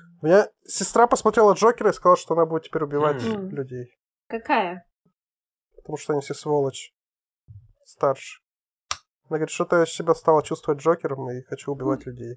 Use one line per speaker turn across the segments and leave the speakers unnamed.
У меня сестра посмотрела Джокера и сказала, что она будет теперь убивать людей.
Какая?
Потому что они все сволочь. Старше. Она говорит, что-то я себя стала чувствовать Джокером и хочу убивать людей.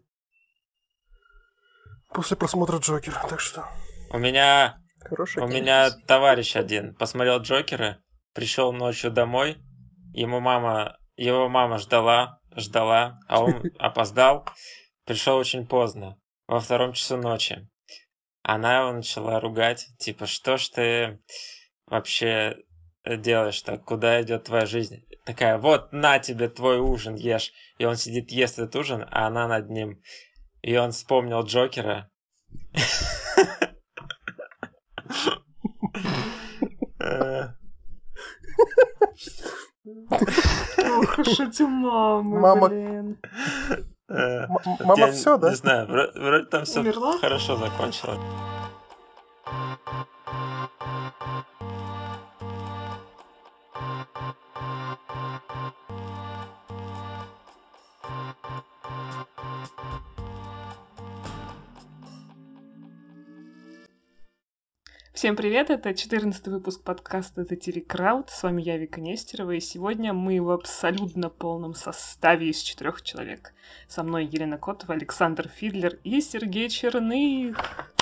После просмотра Джокера, так что...
У меня
Хорошая
товарищ один посмотрел Джокера, пришел ночью домой, его мама ждала, а он опоздал, пришел очень поздно, во 2 часу ночи. Она его начала ругать, типа, что ж ты вообще делаешь-то, куда идет твоя жизнь? Такая, вот, на тебе твой ужин, ешь. И он сидит, ест этот ужин, а она над ним. И он вспомнил Джокера.
Ох уж эти мамы, блин.
Мама все, да?
Не знаю, вроде там все хорошо закончилось.
Всем привет, это 14-й выпуск подкаста «The Tilly Crowd». С вами я, Вика Нестерова, и сегодня мы в абсолютно полном составе из 4 человек. Со мной Елена Котова, Александр Фидлер и Сергей Черных.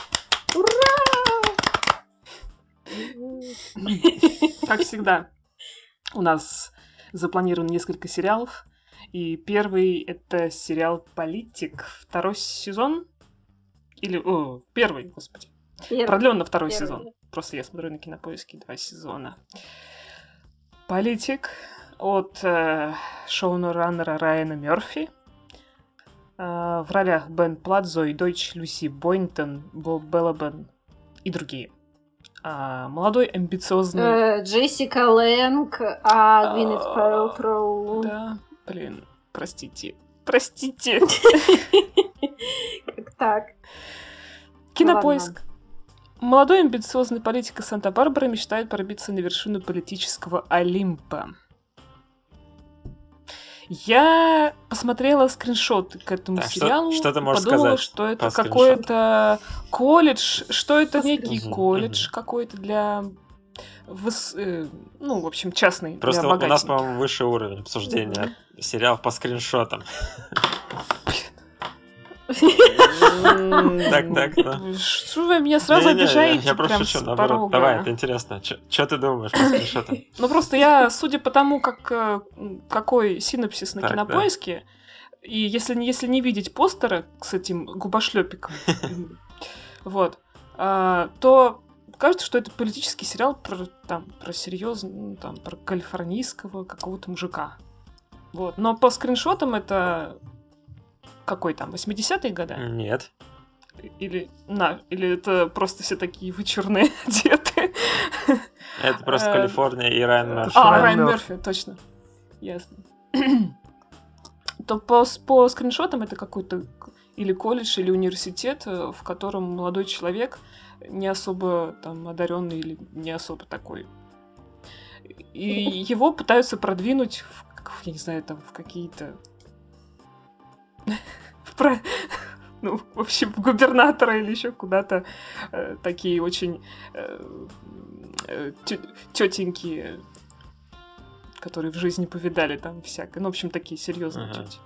Ура! Как всегда, у нас запланировано несколько сериалов, и первый — это сериал «Политик», 2-й сезон, первый, господи. Продлен на 2-й сезон. Просто я смотрю на Кинопоиске 2 сезона. «Политик» от шоураннера Райана Мерфи. В ролях Бен Плат, Зои Дойч, Люси Бойнтон, Боб Беллабен и другие. Молодой, амбициозный...
Джессика Лэнг, Гвинет Пэлтроу.
Да, блин, простите.
Как так?
Кинопоиск. Молодой амбициозный политик из Санта-Барбары мечтает пробиться на вершину политического Олимпа. Я посмотрела скриншоты к этому сериалу.
Что ты можешь
подумала,
сказать
что это какой-то колледж, что это некий колледж какой-то для... в общем, частный.
Просто
для
у нас,
богатеньких.
по-моему, высший уровень обсуждения сериалов по скриншотам. Так.
Что вы меня сразу обижаете?
Я просто
прям
шучу,
с
наоборот.
порога?
Давай, это интересно. Что ты думаешь по скриншотам?
Ну, просто я, судя по тому, какой синопсис на Кинопоиске, и если не видеть постера с этим губошлепиком, вот, то кажется, что это политический сериал про серьезно, про калифорнийского какого-то мужика. Вот. Но по скриншотам это... Какой там, 80-е годы?
Нет.
Или это просто все такие вычурные одеты?
Это просто Калифорния и Райан Мерфи.
Райан Мерфи, точно. Ясно. То по скриншотам это какой-то или колледж, или университет, в котором молодой человек не особо там одаренный или не особо такой. И его пытаются продвинуть я не знаю, там в какие-то... в общем, губернатора или еще куда-то такие очень тетеньки, которые в жизни повидали там всякое. Ну, в общем, такие серьезные тети.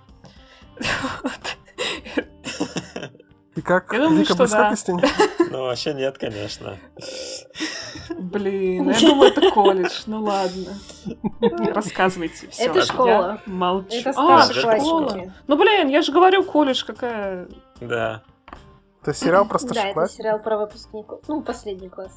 И как?
Я думаю,
Вика близка к истине?
Ну, вообще нет, конечно.
Блин, я думаю, это колледж. Ну ладно. Рассказывайте все.
Это школа.
Я молчу.
Это старшие
школа.
классники.
Ну, блин, я же говорю, колледж какая...
Да.
Это сериал про
Да, это
старшеклассников?
сериал про выпускников. Ну, последний класс.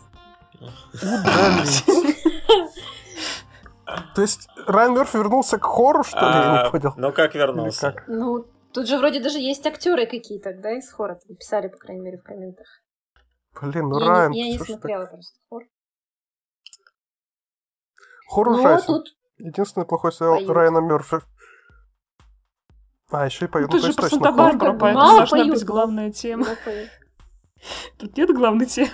То есть Райан Мерфи вернулся к хоррору, что ли? Я не понял.
Ну, как вернулся?
Или как?
Ну, тут же вроде даже есть актеры какие-то, да, из хора. Писали, по крайней мере, в комментах.
Блин, ну
Я
Райан,
не
что ж так?
смотрела просто хор.
Хоррор
Но
ужасен.
тут
Единственный плохой сериал
поют.
Райана Мерфи. Еще и поют.
Тут
Ну,
же
то
про
есть точно
Санта-Барбару,
Как бы
поэтому
мало
должна
поют,
быть
но-
главная тема.
да, поют.
Тут нет главной темы.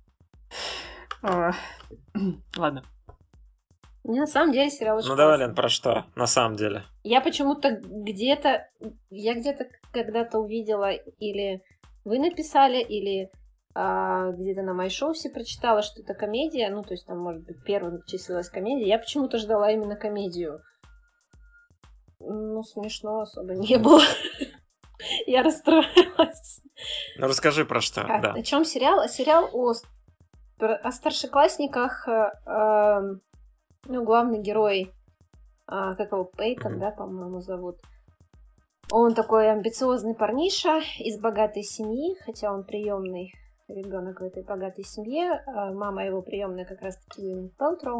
Ладно.
Не, на самом деле сериал очень
Ну, давай,
классный.
Лен, про что? На самом деле.
Я почему-то где-то когда-то увидела или вы написали, или где-то на MyShow'се прочитала, что это комедия. Ну, то есть там, может быть, первым числилась комедия. Я почему-то ждала именно комедию. Ну, смешно особо не было. Я расстроилась.
Ну, расскажи про что, да.
О чем сериал? Сериал о старшеклассниках. Ну, главный герой, как его, Пейтон, да, по-моему, зовут. Он такой амбициозный парниша из богатой семьи, хотя он приемный ребенок в этой богатой семье. Мама его приемная как раз-таки Gwyneth Paltrow.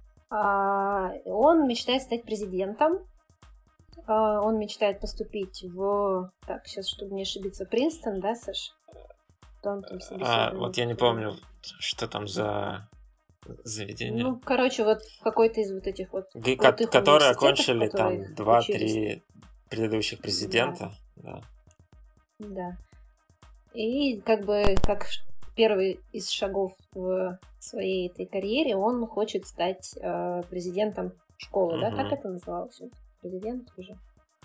Он мечтает стать президентом. Он мечтает поступить в... Так, сейчас, чтобы не ошибиться, Принстон, да, Саш?
Вот я не помню, что там за заведение.
Ну, короче, вот в какой-то из вот этих вот...
Которые окончили там 2-3 предыдущих президента. Да.
Да. И как бы как первый из шагов в своей этой карьере он хочет стать президентом школы, да? Как это называлось? Президент уже.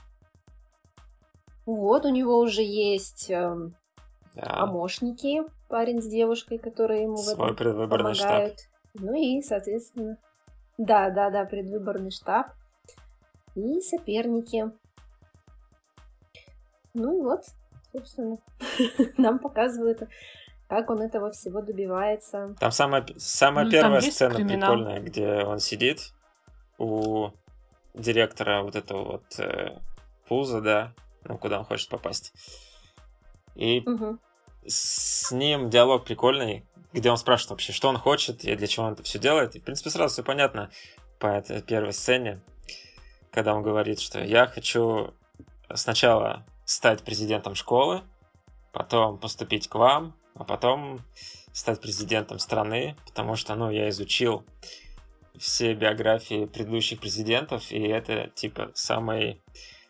Вот, у него уже есть помощники, парень с девушкой, которые ему
свой
в этом
предвыборный
помогают.
штаб.
Ну и, соответственно, да, предвыборный штаб. И соперники. Ну и вот, собственно, нам показывают, как он этого всего добивается.
Там самая первая сцена прикольная, где он сидит у директора вот этого вот вуза, да, ну, куда он хочет попасть. И с ним диалог прикольный, где он спрашивает вообще, что он хочет и для чего он это все делает. И, в принципе, сразу все понятно по этой первой сцене, когда он говорит, что я хочу сначала стать президентом школы, потом поступить к вам, а потом стать президентом страны, потому что, ну, я изучил все биографии предыдущих президентов, и это, типа, самый...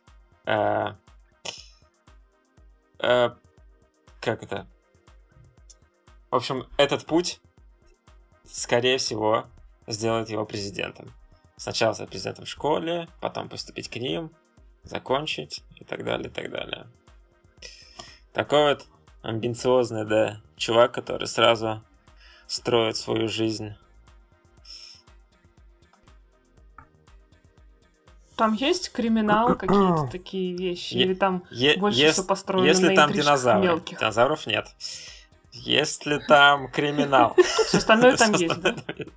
как это? В общем, этот путь, скорее всего, сделает его президентом. Сначала стать президентом в школе, потом поступить к ним, закончить и так далее, и так далее. Такой вот амбициозный, да, чувак, который сразу строит свою жизнь.
Там есть криминал, какие-то такие вещи? Или там больше все построено
если
на
там
интрижках
динозавры.
мелких?
Динозавров нет. Если там криминал.
Все остальное там есть, да?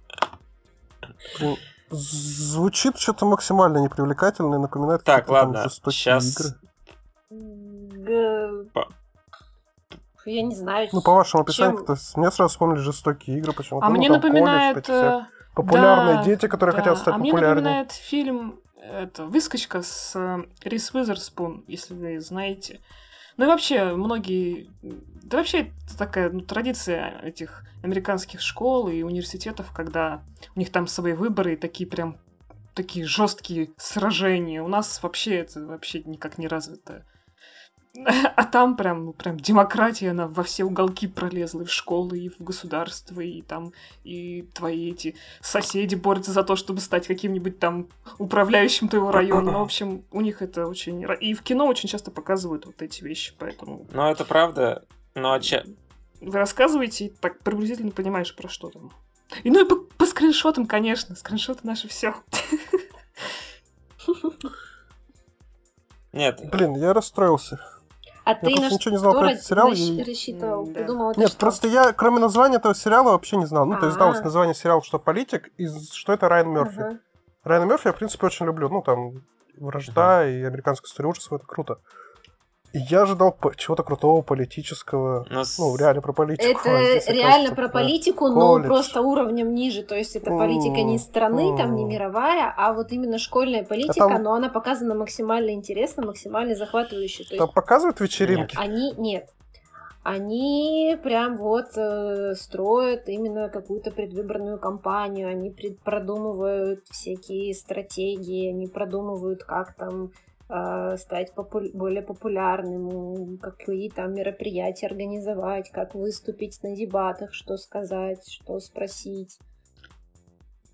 Звучит что-то максимально непривлекательно и напоминает
так,
какие-то
ладно,
там жестокие
сейчас...
игры.
Я не знаю.
Ну, по вашему описанию, мне сразу вспомнили жестокие игры. Почему-то.
А мне напоминает...
популярные дети, которые хотят стать
популярнее.
популярнее.
А мне напоминает фильм «Выскочка» с Риз Уизерспун, если вы знаете. Ну и вообще, многие... Да вообще, это такая традиция этих американских школ и университетов, когда у них там свои выборы и такие прям такие жесткие сражения. У нас вообще это вообще никак не развито. А там прям демократия, она во все уголки пролезла, и в школы, и в государство, и там, и твои эти соседи борются за то, чтобы стать каким-нибудь там управляющим твоего района. Ну, в общем, у них это очень... И в кино очень часто показывают вот эти вещи, поэтому...
Ну, это правда, но...
Вы рассказываете, и так приблизительно понимаешь, про что там. И ну и по скриншотам, конечно. Скриншоты наши все.
Нет.
Блин, я расстроился.
А ты
просто ничего не знал про этот сериал.
Рассчитывал, придумал это.
Нет,
что?
просто я, кроме названия этого сериала, вообще не знал. Ну, то есть знал название сериала, что «Политик», и что это Райан Мерфи. Райана Мерфи я, в принципе, очень люблю. Ну, там, «Вражда» и «Американская история ужасов» — это круто. И я ожидал чего-то крутого, политического. Ну, реально про политику.
Это реально про политику, но просто уровнем ниже. То есть это политика не страны, там, не мировая, а вот именно школьная политика, но она показана максимально интересно, максимально захватывающе. То есть
там показывают вечеринки?
Нет. Они прям вот строят именно какую-то предвыборную кампанию, они продумывают всякие стратегии, они продумывают, как там стать более популярным, какие там мероприятия организовать, как выступить на дебатах, что сказать, что спросить.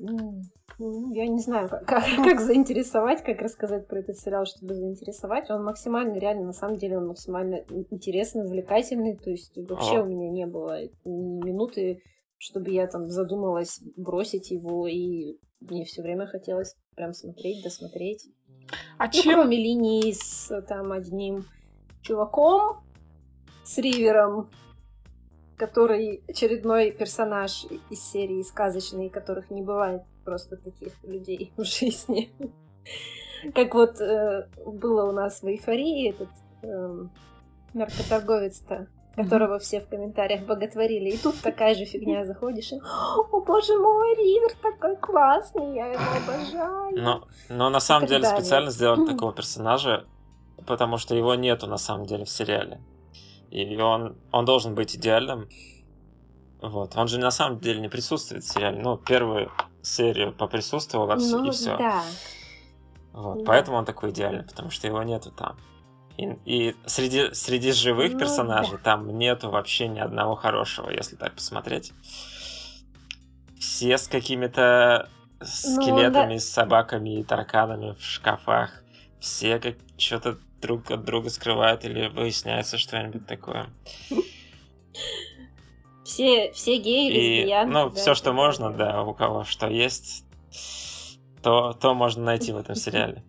Я не знаю, как заинтересовать, как рассказать про этот сериал, чтобы заинтересовать. Он максимально, реально, на самом деле, он максимально интересный, увлекательный. То есть вообще у меня не было ни минуты, чтобы я там задумалась бросить его, и мне все время хотелось прям смотреть, досмотреть. Кроме линии с там одним чуваком, с Ривером, который очередной персонаж из серии сказочной, которых не бывает просто таких людей в жизни. Как вот было у нас в «Эйфории» этот наркоторговец-то, которого все в комментариях боготворили. И тут такая же фигня, заходишь и «О, боже мой, Ривер такой классный, я его обожаю».
Но на самом деле специально сделали такого персонажа, потому что его нету на самом деле в сериале. И он должен быть идеальным. Вот. Он же на самом деле не присутствует в сериале. Ну, первую серию поприсутствовал, и все.
Да.
Вот. Да. Поэтому он такой идеальный, потому что его нету там. И среди живых персонажей там нету вообще ни одного хорошего, если так посмотреть. Все с какими-то скелетами, с собаками и тараканами в шкафах. Все как что-то друг от друга скрывают или выясняется что-нибудь такое.
Все геи, лесбиянки.
Ну, все, что можно, да, у кого что есть, то можно найти в этом сериале.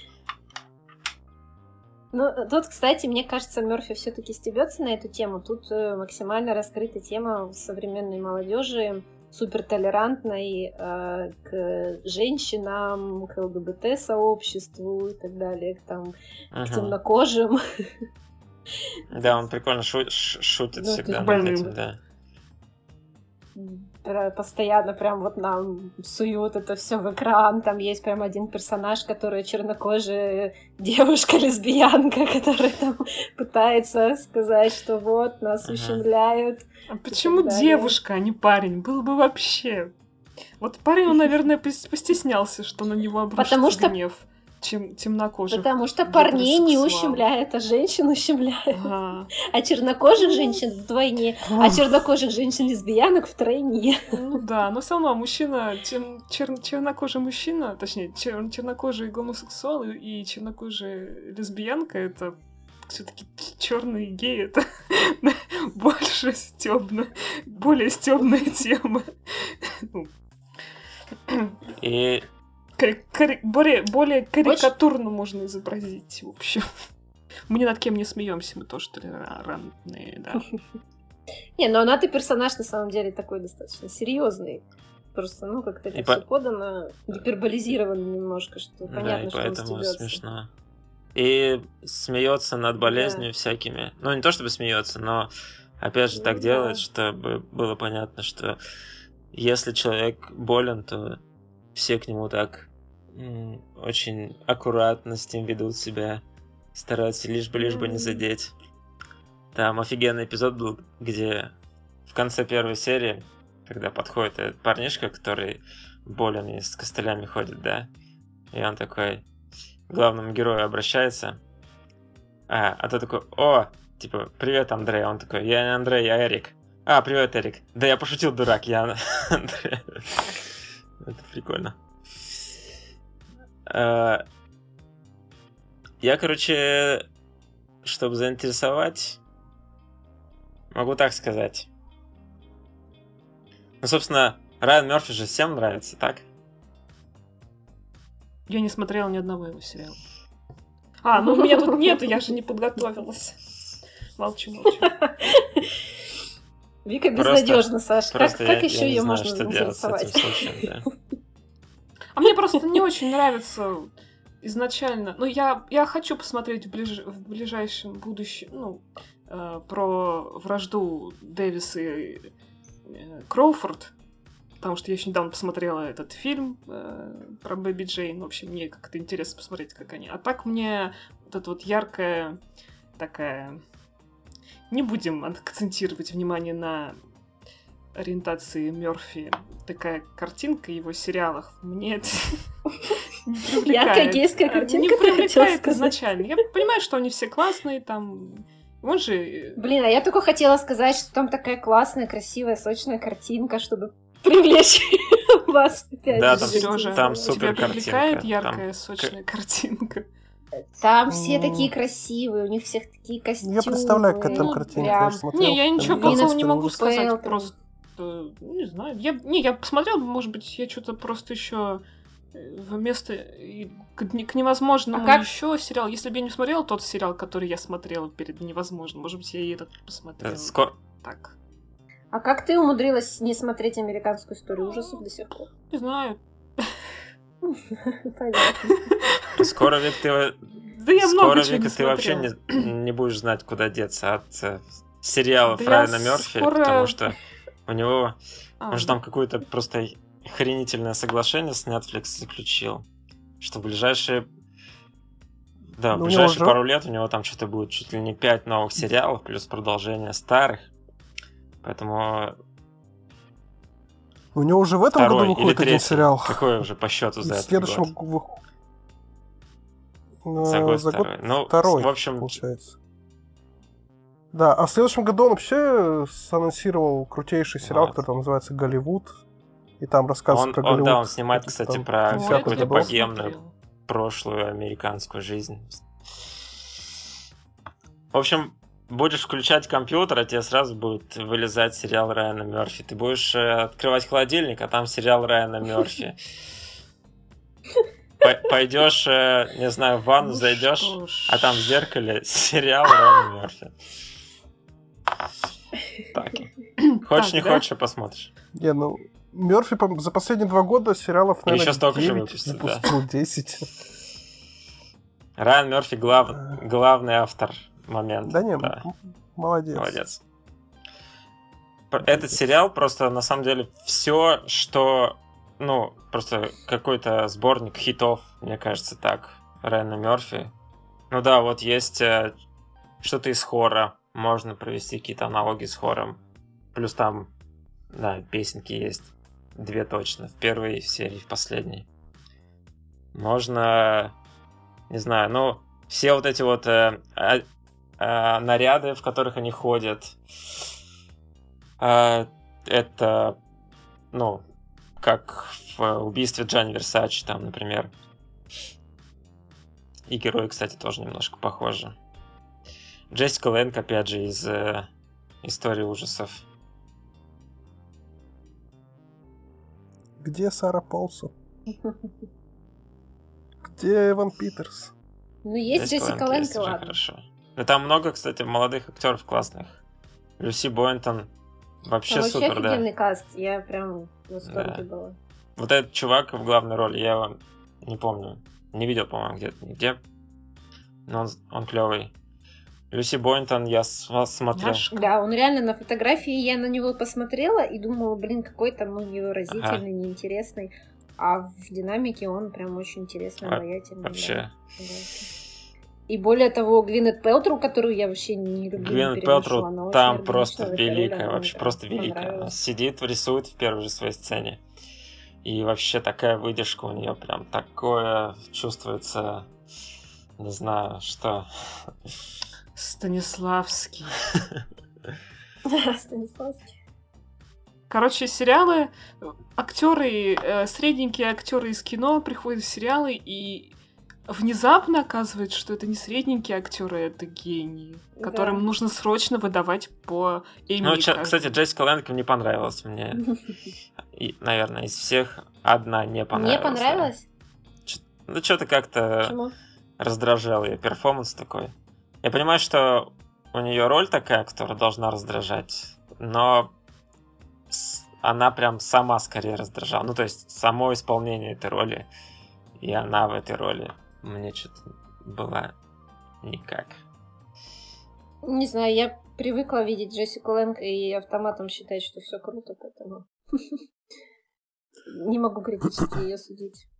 Ну, тут, кстати, мне кажется, Мёрфи все-таки стебется на эту тему. Тут максимально раскрыта тема современной молодежи, супертолерантной к женщинам, к ЛГБТ-сообществу и так далее, к темнокожим.
Да, он прикольно шутит всегда над этим, да.
Постоянно прям вот нам суют это все в экран. Там есть прям один персонаж, который чернокожая девушка-лесбиянка, которая там пытается сказать, что вот, нас ущемляют.
А почему девушка, а не парень? Был бы вообще... Вот парень, он, наверное, постеснялся, что на него обрушится гнев. Темнокожих.
Потому что парней не ущемляет, а женщин ущемляет. А чернокожих женщин вдвойне, а чернокожих женщин-лесбиянок втройне.
Ну да, но все равно мужчина, чернокожий мужчина, точнее, чернокожий гомосексуал и чернокожая лесбиянка, это все-таки черные геи, это более стёбная тема.
И
более карикатурно можно изобразить, в общем. Мы ни над кем не смеемся, мы тоже толерантные, да.
Не, ну она-то персонаж на самом деле такой достаточно серьезный. Просто, ну, как-то это все подано, гиперболизировано немножко, что понятно, что он стебётся.
Поэтому смешно. И смеется над болезнями всякими. Ну, не то чтобы смеется, но опять же так делает, чтобы было понятно, что если человек болен, то все к нему так очень аккуратно с ним ведут себя, стараются лишь бы не задеть. Там офигенный эпизод был, где в конце первой серии, когда подходит этот парнишка, который болен и с костылями ходит, да, и он такой к главному герою обращается, а тот такой: о, типа, привет, Андрей. Он такой: я не Андрей, я Эрик. А, привет, Эрик. Да я пошутил, дурак, я Андрей. Это прикольно. Я, короче, чтобы заинтересовать, могу так сказать. Ну, собственно, Райан Мёрфи же всем нравится, так?
Я не смотрела ни одного его сериала. Ну у меня тут нету, я же не подготовилась. Молчу.
Вика безнадежна, Саша. Как еще ее можно
заинтересовать?
А мне просто не очень нравится изначально. Ну, я хочу посмотреть в ближайшем будущем, про вражду Дэвис и Кроуфорд, потому что я еще недавно посмотрела этот фильм про Бэби Джейн. В общем, мне как-то интересно посмотреть, как они. А так мне вот эта вот яркая такая... Не будем акцентировать внимание на ориентации Мёрфи. Такая картинка в его сериалах. Мне это не привлекает.
Яркая гейская картинка,
не привлекает изначально. Я понимаю, что они все классные, там... Он же...
Блин, а я только хотела сказать, что там такая классная, красивая, сочная картинка, чтобы привлечь вас.
Да, там,
Сережа,
там
тебя
супер
привлекает
картинка.
яркая, сочная картинка.
Там все такие красивые, у них всех такие костюмы.
Я представляю, какая там
Ну,
картинка.
прям.
Я смотрел.
Не, я ничего
Там
плохого
история
не могу
ужасов.
сказать,
Пэлтон.
просто не знаю. Я посмотрел, может быть, я что-то просто еще вместо к невозможному еще сериал. Если бы я не смотрела тот сериал, который я смотрела перед невозможным, может быть, я и этот посмотрела. Так.
А как ты умудрилась не смотреть американскую историю ужасов до сих пор?
Не знаю.
Понятно.
Скоро век ты...
Да я много
Скоро
чего не
века ты вообще
смотрела.
не будешь знать, куда деться от сериалов
Да я
Райана Мерфи,
скоро-
потому что у него...
А,
Он же там какое-то просто охренительное соглашение с Netflix заключил, что в ближайшие... Да, в
Ну, у
ближайшие
него же-
пару лет у него там что-то будет чуть ли не 5 новых сериалов, плюс продолжение старых. Поэтому
У него уже в этом году
второй или
выходит один
третий.
сериал.
Какой уже по счету за
В
этот
следующем
год? За год второй. Ну,
второй,
в общем,
получается. Да, а в следующем году он вообще анонсировал крутейший сериал,
Вот.
который там называется «Голливуд». И там рассказывается про Голливуд.
да, он снимает,
каких-то
кстати,
там
про
50-х
это
какую-то
я
годов.
богемную
посмотрела.
прошлую американскую жизнь. В общем, будешь включать компьютер, а тебе сразу будет вылезать сериал Райана Мерфи. Ты будешь открывать холодильник, а там сериал Райана Мерфи. Пойдешь, не знаю, в ванну
Ну
зайдешь,
что ж.
а там в зеркале сериал Райана Мерфи. Так. Хочешь,
Так,
не
да?
хочешь, а посмотришь.
Не, ну, Мерфи за последние 2 года сериалов, наверное,
Еще столько же
9
выпустил, да.
выпустил, 10.
Райан Мерфи главный автор момента.
Да не,
Да.
молодец.
Молодец. Этот сериал просто на самом деле все, что, ну, просто какой-то сборник хитов, мне кажется, так, Райана Мерфи. Ну да, вот есть что-то из хора, можно провести какие-то аналогии с хором. Плюс там, да, песенки есть. 2 точно, в первой серии, в последней. Можно, не знаю, ну, все вот эти вот наряды, в которых они ходят, это, ну, как в убийстве Джанни Версачи, там, например. И герои, кстати, тоже немножко похожи. Джессика Лэнг, опять же, из истории ужасов.
Где Сара Полсон? Где Эван Питерс?
Ну, есть Джессика Лэнг,
есть уже
ладно.
хорошо. Но там много, кстати, молодых актеров классных. Люси Бойнтон вообще
Там
супер,
вообще
да.
офигенный каст, я прям в восторге
Да.
была.
Вот этот чувак в главной роли, я его не помню. Не видел, по-моему, где-то нигде. Но он клевый. Люси Бойнтон я смотрел.
Да, он реально на фотографии, я на него посмотрела и думала, блин, какой там он невыразительный, неинтересный. А в динамике он прям очень интересный, обаятельный.
Вообще.
Да. И более того, Гвинет Пэлтроу, которую я вообще не люблю,
Гвинет Пэлтроу там просто великая, вообще просто великая. Она сидит, рисует в первой же своей сцене. И вообще такая выдержка у нее прям такое чувствуется, не знаю, что...
Станиславский.
Станиславский.
Короче, сериалы, актеры, средненькие актеры из кино приходят в сериалы, и внезапно оказывается, что это не средненькие актеры, это гении, которым нужно срочно выдавать по Эмми.
Ну, кстати, Джессика Лэнг не понравилась мне. И, наверное, из всех одна не понравилась.
Не понравилось?
Да. Ну, что-то как-то раздражал ее перформанс такой. Я понимаю, что у нее роль такая, которая должна раздражать, но она прям сама скорее раздражала. Ну, то есть, само исполнение этой роли, и она в этой роли мне что-то была никак.
Не знаю, я привыкла видеть Джессику Лэнг и автоматом считать, что все круто, поэтому не могу критически ее судить.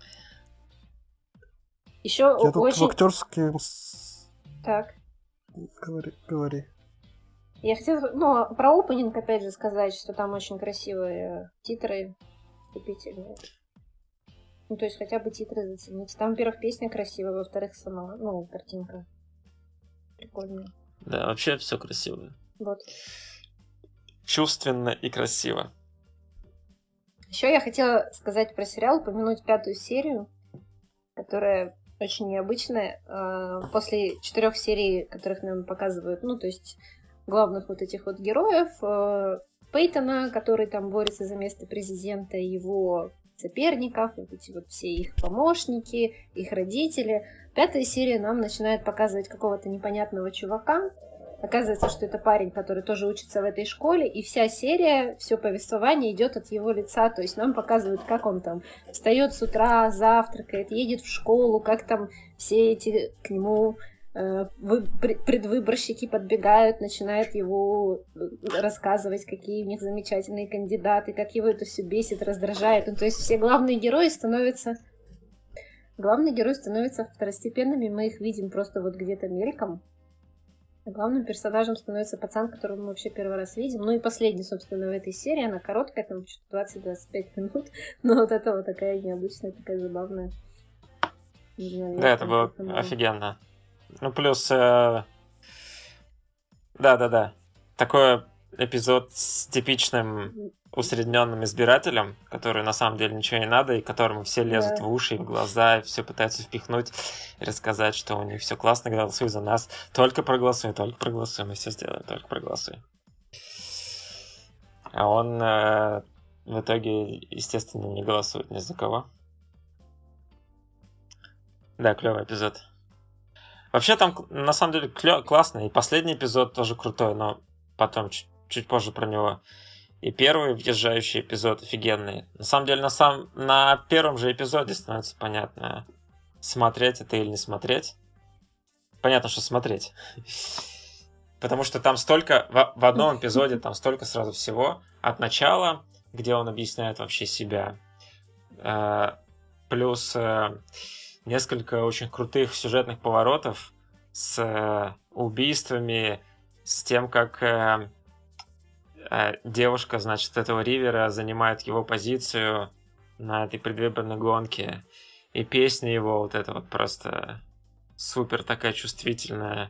Еще
Я
очень...
тут в актерском...
Так.
Говори.
Я хотела, ну, про опенинг опять же сказать, что там очень красивые титры вступительные. Ну, то есть хотя бы титры зацените. Там, во-первых, песня красивая, во-вторых, сама, ну, картинка прикольная.
Да, вообще все красиво.
Вот.
Чувственно и красиво.
Еще я хотела сказать про сериал, упомянуть 5-ю серию, которая очень необычная. После 4 серий, которых нам показывают, ну, то есть главных вот этих вот героев, Пейтона, который там борется за место президента, его соперников, вот эти вот все их помощники, их родители. 5-я серия нам начинает показывать какого-то непонятного чувака. Оказывается, что это парень, который тоже учится в этой школе, и вся серия, все повествование идет от его лица. То есть нам показывают, как он там встает с утра, завтракает, едет в школу, как там все эти к нему предвыборщики подбегают, начинают его рассказывать, какие у них замечательные кандидаты, как его это все бесит, раздражает. Ну, то есть все главные герои становятся второстепенными, мы их видим просто вот где-то мельком. А главным персонажем становится пацан, которого мы вообще первый раз видим. Ну и последний, собственно, в этой серии. Она короткая, там 20-25 минут. Но вот это вот такая необычная, такая забавная. Не знаю,
да, это было офигенно. Ну, плюс... Да. Такой эпизод с типичным усредненным избирателем, который на самом деле ничего не надо, и которому все лезут в уши и в глаза, и все пытаются впихнуть и рассказать, что у них все классно, голосуй за нас. Только проголосуй, мы все сделаем, только проголосуй. А он в итоге, естественно, не голосует ни за кого. Да, клевый эпизод. Вообще там, на самом деле, классно. И последний эпизод тоже крутой, но потом чуть позже про него. И первый въезжающий эпизод офигенный. На самом деле, на первом же эпизоде становится понятно, смотреть это или не смотреть. Понятно, что смотреть. Потому что там столько... В одном эпизоде там столько сразу всего. От начала, где он объясняет вообще себя. Плюс... несколько очень крутых сюжетных поворотов с убийствами, с тем, как девушка, значит, этого Ривера занимает его позицию на этой предвыборной гонке. И песня его вот эта вот просто супер такая чувствительная.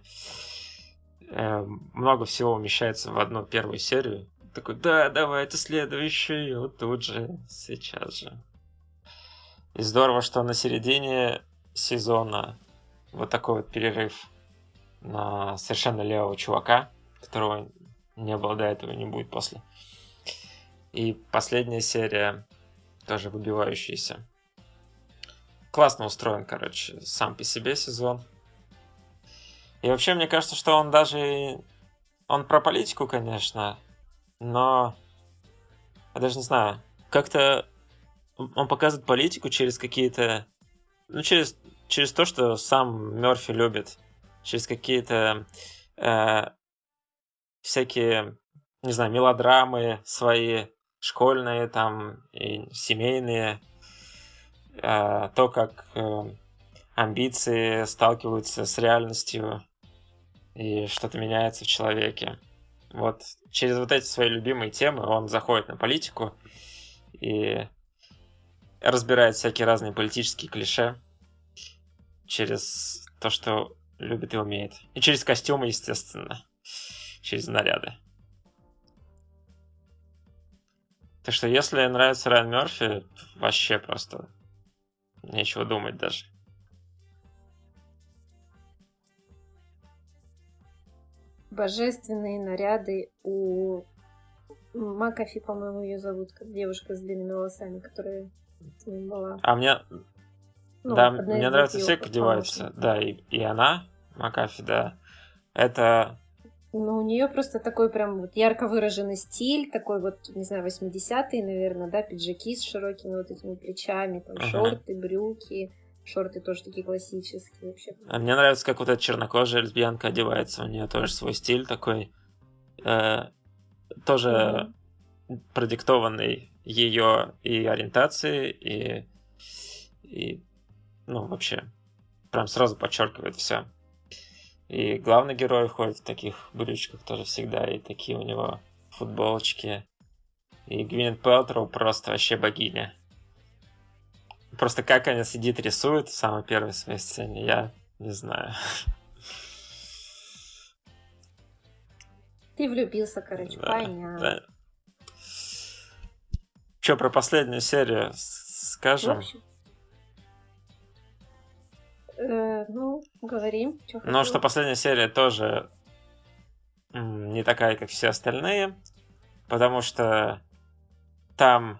Много всего умещается в одну первую серию. Такой, да, давайте следующую, вот тут же, сейчас же. И здорово, что на середине сезона вот такой вот перерыв на совершенно левого чувака, которого не было до этого и не будет после. И последняя серия тоже выбивающаяся. Классно устроен, короче, сам по себе сезон. И вообще, мне кажется, что он даже... Он про политику, конечно, но... Я даже не знаю. Как-то он показывает политику через какие-то... Ну, через то, что сам Мёрфи любит. Через какие-то всякие, не знаю, мелодрамы свои, школьные там и семейные. То, как амбиции сталкиваются с реальностью и что-то меняется в человеке. Вот через вот эти свои любимые темы он заходит на политику и разбирает всякие разные политические клише через то, что любит и умеет. И через костюмы, естественно. Через наряды. Так что, если нравится Райан Мёрфи, вообще просто нечего думать даже.
Божественные наряды у Макафи, по-моему, ее зовут, как девушка с длинными волосами, которая с ним была.
А мне... Ну, да, мне нравится все, как одеваются. Да, и она, Макафи, да. Это...
Ну, у нее просто такой прям вот ярко выраженный стиль, такой вот, не знаю, 80-е, наверное, да, пиджаки с широкими вот этими плечами, там, шорты, брюки, шорты тоже такие классические вообще.
А мне нравится, как вот эта чернокожая лесбиянка одевается, у нее тоже свой стиль такой, тоже продиктованный ее и ориентацией, и ну, вообще, прям сразу подчеркивает все. И главный герой ходит в таких брючках тоже всегда, и такие у него футболочки. И Гвинет Пэлтроу просто вообще богиня. Просто как она сидит, рисует в самой первой своей сцене, я не знаю.
Ты влюбился, короче,
да,
понятно.
Да. Что, про последнюю серию скажем?
Говори.
Что последняя серия тоже не такая, как все остальные, потому что там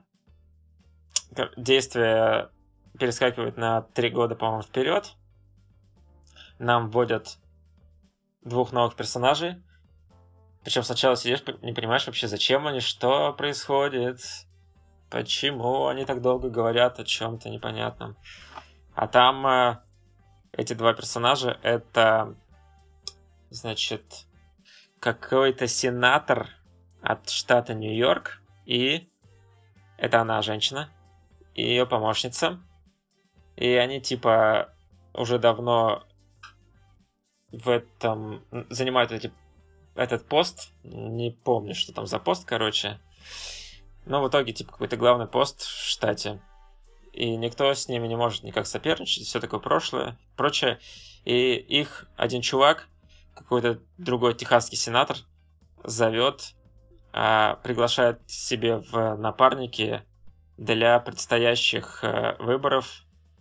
действие перескакивает на 3 года, по-моему, вперед. Нам вводят 2 новых персонажей. Причем сначала сидишь, не понимаешь вообще, зачем они, что происходит, почему они так долго говорят о чем-то непонятном. А там эти 2 персонажа — это, значит, какой-то сенатор от штата Нью-Йорк, и это она, женщина, и ее помощница. И они, типа, уже давно в этом занимают этот пост. Не помню, что там за пост, короче. Но в итоге, типа, какой-то главный пост в штате. И никто с ними не может никак соперничать, все такое прочее. И их один чувак, какой-то другой техасский сенатор, зовет, приглашает себе в напарники для предстоящих выборов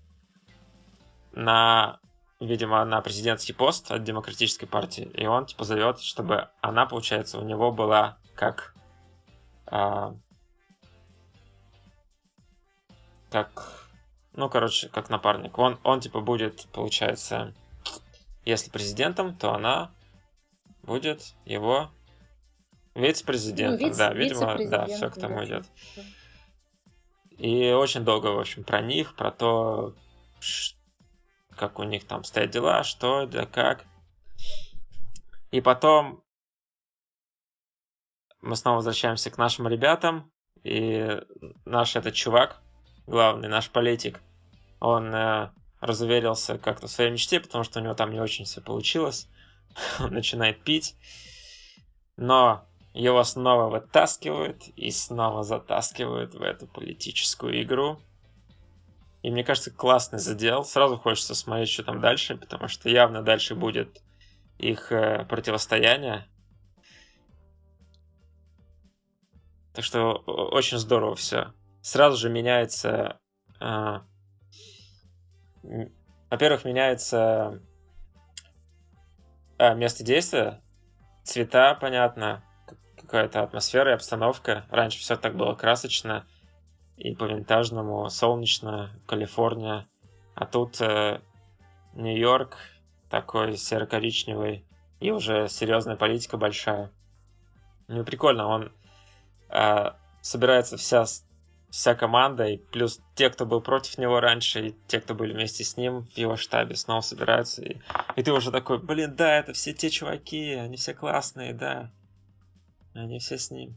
видимо, на президентский пост от Демократической партии. И он, типа, зовет, чтобы она, получается, у него была как напарник. Он типа, будет, получается, если президентом, то она будет его вице-президентом. Видимо, все к тому идет. И очень долго, в общем, про них, про то, как у них там стоят дела, что, да как. И потом мы снова возвращаемся к нашим ребятам, и наш этот чувак, главный наш политик, он разуверился как-то в своей мечте, потому что у него там не очень все получилось. Он начинает пить, но его снова вытаскивают и снова затаскивают в эту политическую игру. И мне кажется, классный задел. Сразу хочется смотреть, что там дальше, потому что явно дальше будет их противостояние. Так что очень здорово все. Сразу же меняется... Во-первых, меняется место действия, цвета, понятно, какая-то атмосфера и обстановка. Раньше все так было красочно и по-винтажному, солнечно, Калифорния. А тут Нью-Йорк такой серо-коричневый и уже серьезная политика большая. Ну, прикольно, он собирается вся команда, и плюс те, кто был против него раньше, и те, кто были вместе с ним в его штабе, снова собираются. И ты уже такой, блин, да, это все те чуваки, они все классные, да. Они все с ним.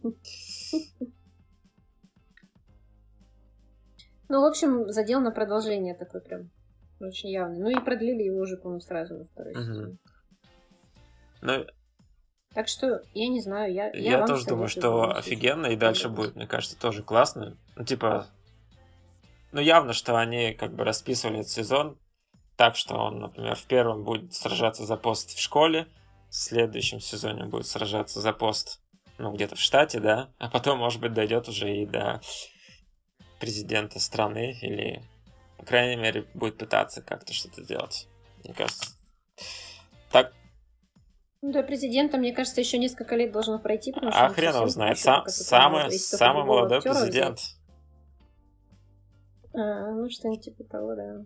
Ну, в общем, задел на продолжение такой прям очень явный. Ну и продлили его уже, по-моему, сразу на второй сезон.
Ну,
так что, я не знаю,
я тоже думаю, что офигенно, и дальше будет, мне кажется, тоже классно. Ну, типа, явно, что они как бы расписывали этот сезон так, что он, например, в первом будет сражаться за пост в школе, в следующем сезоне будет сражаться за пост, где-то в штате, да, а потом, может быть, дойдет уже и до президента страны, или, по крайней мере, будет пытаться как-то что-то делать. Мне кажется, так.
До президента, мне кажется, еще несколько лет должно пройти, потому что...
хрен его знает. Самый молодой президент.
Что-нибудь типа того, да.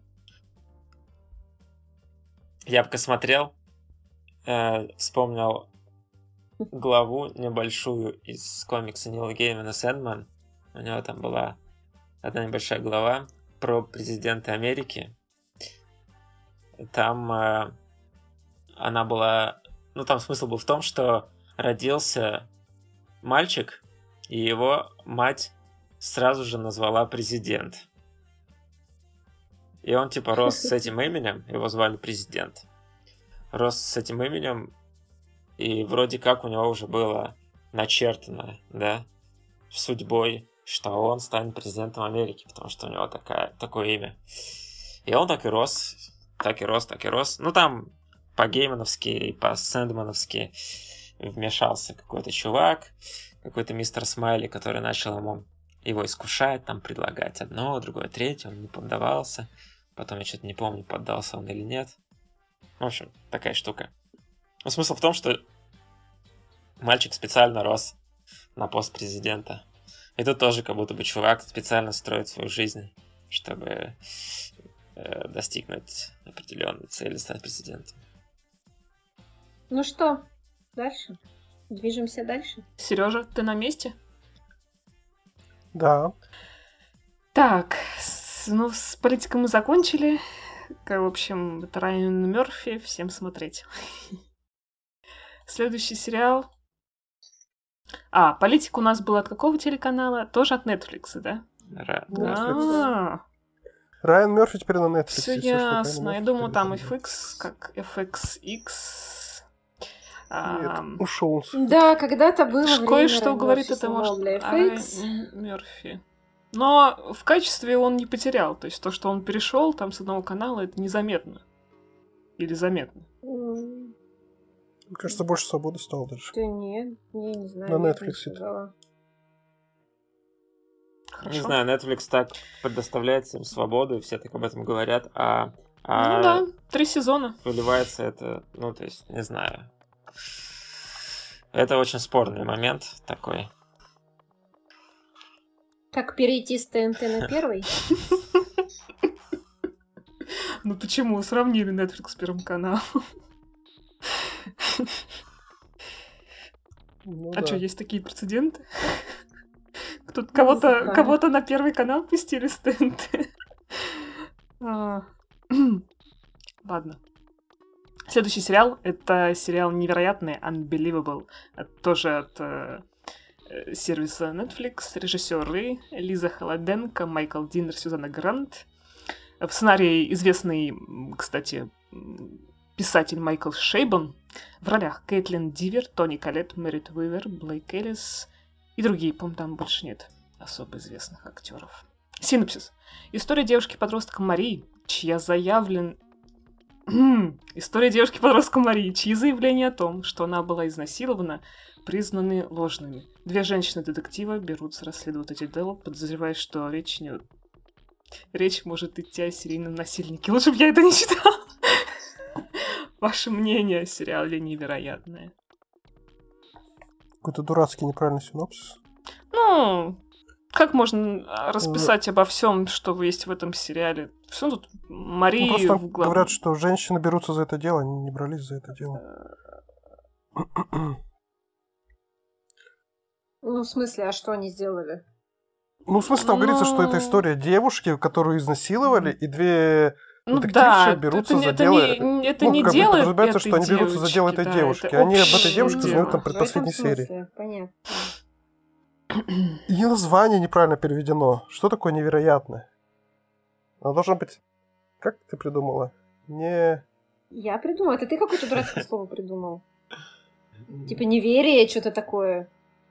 Я пока смотрел, вспомнил главу небольшую из комикса Нила Геймана «Сэндман». У него там была одна небольшая глава про президента Америки. Там она была... там смысл был в том, что родился мальчик, и его мать сразу же назвала президент. И он, типа, рос с этим именем, его звали президент. Рос с этим именем, и вроде как у него уже было начертано, да, судьбой, что он станет президентом Америки, потому что у него такое имя. И он так и рос. Там по-геймановски и по-сэндмановски вмешался какой-то чувак, какой-то мистер Смайли, который начал ему его искушать, там предлагать одно, другое, третье, он не поддавался. Потом я что-то не помню, поддался он или нет. В общем, такая штука. Но смысл в том, что мальчик специально рос на пост президента. И тут тоже как будто бы чувак специально строит свою жизнь, чтобы достигнуть определенной цели, стать президентом.
Ну что, дальше? Движемся дальше.
Сережа, ты на месте?
Да.
Так, с политикой мы закончили. В общем, это Райан Мёрфи, всем смотреть. Следующий сериал. Политик у нас был от какого телеканала? Тоже от Netflix, да?
Райан Мёрфи теперь на Netflix.
Все ясно. Я думаю, там FX, как FXX.
Нет, ушел.
Да, когда-то было время.
Кое-что говорит это, может, Мёрфи. Но в качестве он не потерял. То есть то, что он перешел там с одного канала, это незаметно. Или заметно.
Мне кажется, больше свободы стало даже.
Да нет, не знаю.
На Netflix
это.
Не знаю, Netflix так предоставляет всем свободу, и все так об этом говорят,
Ну да, 3 сезона.
Выливается это, то есть, не знаю. Это очень спорный момент такой.
Как перейти с ТНТ на первый?
Ну почему? Сравнили Netflix с Первым каналом. Что, есть такие прецеденты? Кого-то на Первый канал пустили с ТНТ. Ладно. Следующий сериал — это сериал невероятный Unbelievable. Тоже от сервиса Netflix. Режиссеры Лиза Холоденко, Майкл Динер, Сюзанна Грант. В сценарии известный, кстати, писатель Майкл Шейбан. В ролях Кейтлин Дивер, Тони Коллетт, Мэрит Уивер, Блейк Эллис и другие. По-моему, там больше нет особо известных актеров. Синопсис. История девушки-подростка Марии, чьи заявления о том, что она была изнасилована, признаны ложными. 2 женщины-детектива берутся расследовать эти дела, подозревая, что речь может идти о серийном насильнике. Лучше бы я это не читала. Ваше мнение о сериале невероятное.
Какой-то дурацкий неправильный синопсис.
Как можно расписать обо всем, что есть в этом сериале? Все тут Мария...
Просто говорят, что женщины берутся за это дело, они не брались за это дело.
В смысле, а что они сделали?
В смысле, там говорится, что это история девушки, которую изнасиловали, и 2 детективши
да,
берутся за дело...
Это не дело
подразумевается, что они берутся за дело этой девушки. Они об этой девушке знают там предпоследней серии.
Понятно.
И название неправильно переведено. Что такое невероятное? Оно должно быть... Как ты придумала?
Я придумала. Это ты какое-то дурацкое слово придумал. Типа неверие, что-то такое.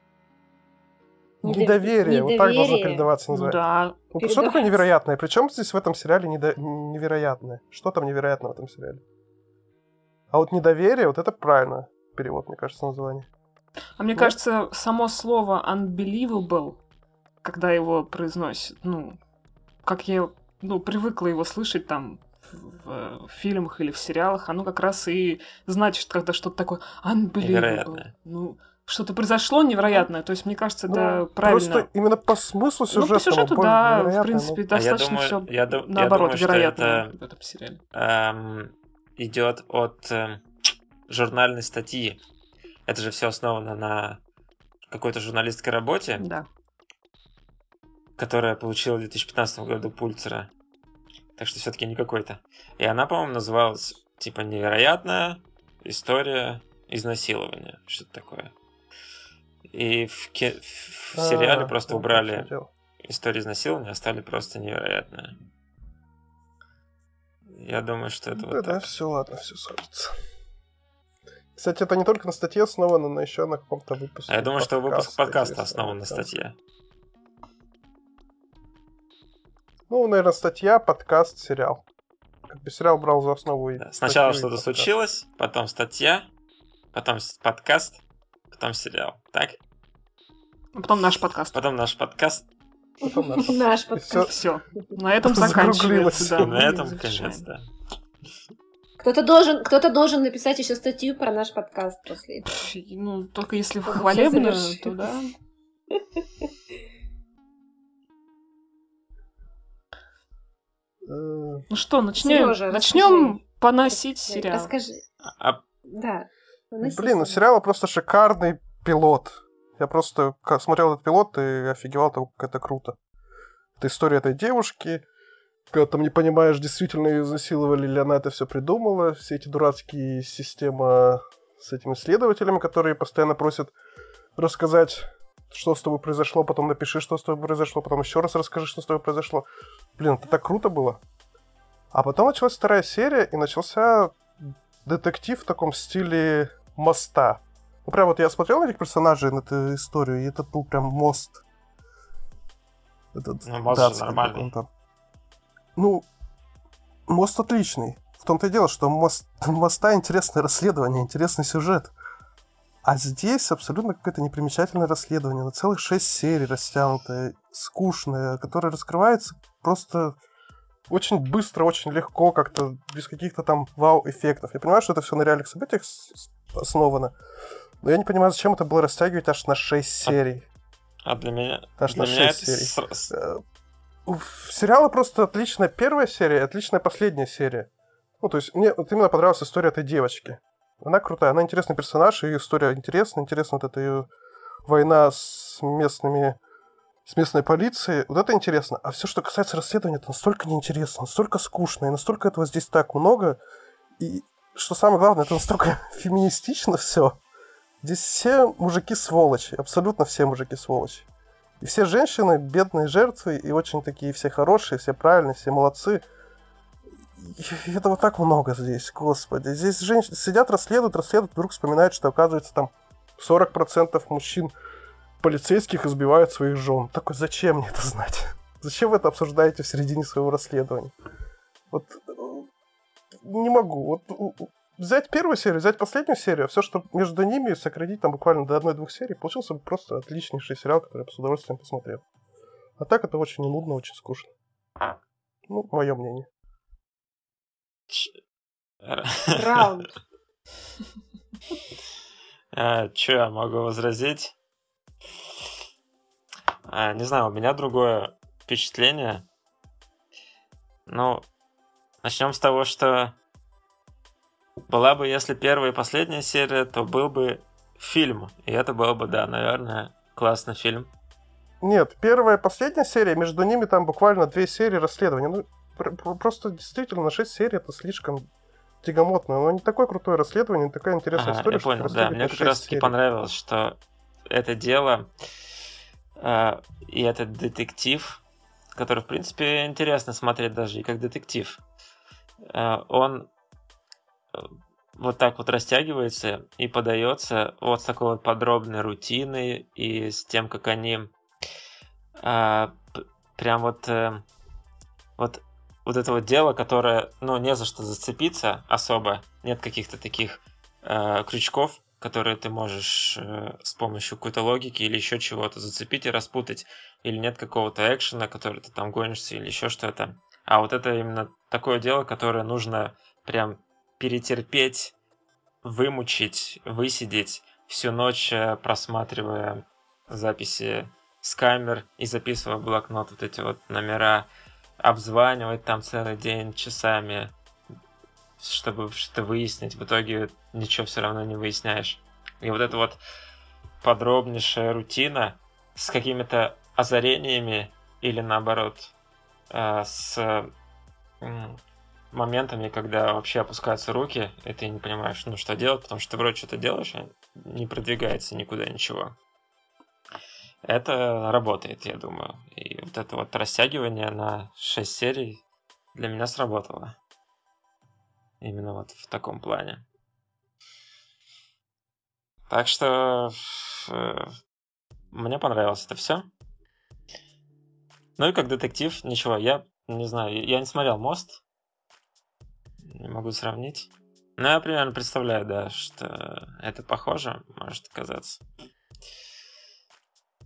Недоверие. Вот так должно передаваться название.
Да.
Что такое невероятное? Причем здесь в этом сериале невероятное? Что там невероятного в этом сериале? А вот недоверие, вот это правильно перевод, мне кажется, название.
А мне кажется, само слово unbelievable, когда его произносят, как я привыкла его слышать там в фильмах или в сериалах, оно как раз и значит, когда что-то такое unbelievable. Что-то произошло невероятное. То есть, мне кажется, это правильно.
Просто именно по смыслу сюжетному.
По сюжету, да, в принципе, достаточно все наоборот, вероятно в этом сериале.
Идет от журнальной статьи. Это же все основано на какой-то журналистской работе,
да,
которая получила в 2015 году Пульцера. Так что все-таки не какой-то. И она, по-моему, называлась типа «Невероятная история изнасилования». Что-то такое. И в сериале просто убрали историю изнасилования, оставили просто «Невероятная». Я думаю, что это вот
да,
так.
все, ладно, все сходится. Кстати, это не только на статье основано, но еще на каком-то выпуске.
А я думаю, что выпуск подкаста основан на статье.
Наверное, статья, подкаст, сериал. Как бы сериал брал за основу.
Да. Сначала что-то случилось, потом статья, потом подкаст, потом сериал. Так?
А потом наш подкаст.
Потом наш подкаст.
потом наш.
Наш подкаст.
Все. На этом заканчивается. Да,
на этом конец, да.
Кто-то должен написать еще статью про наш подкаст после этого.
Ну, только если хвалебно, то да. Ну что, начнем поносить сериал.
Расскажи. Да.
Блин, у сериала просто шикарный пилот. Я просто смотрел этот пилот и офигевал, как это круто. Это история этой девушки, когда там не понимаешь, действительно ее изнасиловали или она это все придумала. Все эти дурацкие системы с этими следователями, которые постоянно просят рассказать, что с тобой произошло, потом напиши, что с тобой произошло, потом еще раз расскажи, что с тобой произошло. Блин, это так круто было. А потом началась вторая серия, и начался детектив в таком стиле моста. Ну, прям вот я смотрел на этих персонажей, на эту историю, и это был прям мост.
Мост же нормальный.
Ну, мост отличный. В том-то и дело, что моста интересное расследование, интересный сюжет. А здесь абсолютно какое-то непримечательное расследование. На целых 6 серий растянутое, скучное, которое раскрывается просто очень быстро, очень легко, как-то без каких-то там вау-эффектов. Я понимаю, что это все на реальных событиях основано, но я не понимаю, зачем это было растягивать аж на 6 серий.
А для меня...
Аж на 6 серий. У сериала просто отличная первая серия, отличная последняя серия. Ну, то есть мне вот именно понравилась история этой девочки. Она крутая, она интересный персонаж, ее история интересна. Интересна вот эта ее война с местной полицией. Вот это интересно. А все, что касается расследования, это настолько неинтересно, настолько скучно, и настолько этого здесь так много. И что самое главное, это настолько феминистично все. Здесь все мужики сволочи, абсолютно все мужики сволочи. И все женщины бедные жертвы, и очень такие все хорошие, все правильные, все молодцы. И этого так много здесь, господи. Здесь женщины сидят, расследуют, вдруг вспоминают, что, оказывается, там 40% мужчин полицейских избивают своих жен. Такой, зачем мне это знать? Зачем вы это обсуждаете в середине своего расследования? Вот не могу. Вот взять первую серию, взять последнюю серию, все, что между ними, сократить там буквально до 1-2 серий, получился бы просто отличнейший сериал, который я с удовольствием посмотрел. А так это очень нудно, очень скучно. Ну, мое мнение.
Раунд.
Че я могу возразить? Не знаю, у меня другое впечатление. Ну, начнем с того, что была бы, если первая и последняя серия, то был бы фильм. И это был бы, да, наверное, классный фильм.
Нет, первая и последняя серия, между ними там буквально 2 серии расследования. Ну, просто действительно на 6 серий это слишком тягомотно. Но не такое крутое расследование, не такая интересная история.
Я понял, да. Мне как раз таки понравилось, что это дело и этот детектив, который, в принципе, интересно смотреть даже и как детектив. Он вот так вот растягивается и подается вот с такой вот подробной рутиной и с тем, как они прям вот это вот дело, которое, ну, не за что зацепиться особо, нет каких-то таких крючков, которые ты можешь с помощью какой-то логики или еще чего-то зацепить и распутать, или нет какого-то экшена, который ты там гонишься, или еще что-то. А вот это именно такое дело, которое нужно прям перетерпеть, вымучить, высидеть всю ночь, просматривая записи с камер и записывая в блокнот вот эти вот номера, обзванивать там целый день часами, чтобы что-то выяснить. В итоге ничего все равно не выясняешь. И вот эта вот подробнейшая рутина с какими-то озарениями или наоборот с моментами, когда вообще опускаются руки, и ты не понимаешь, ну, что делать, потому что ты вроде что-то делаешь, а не продвигается никуда ничего. Это работает, я думаю. И вот это вот растягивание на 6 серий для меня сработало. Именно вот в таком плане. Так что мне понравилось это все. Ну и как детектив, ничего, я не знаю, я не смотрел «Мост», не могу сравнить. Но я примерно представляю, да, что это похоже, может оказаться.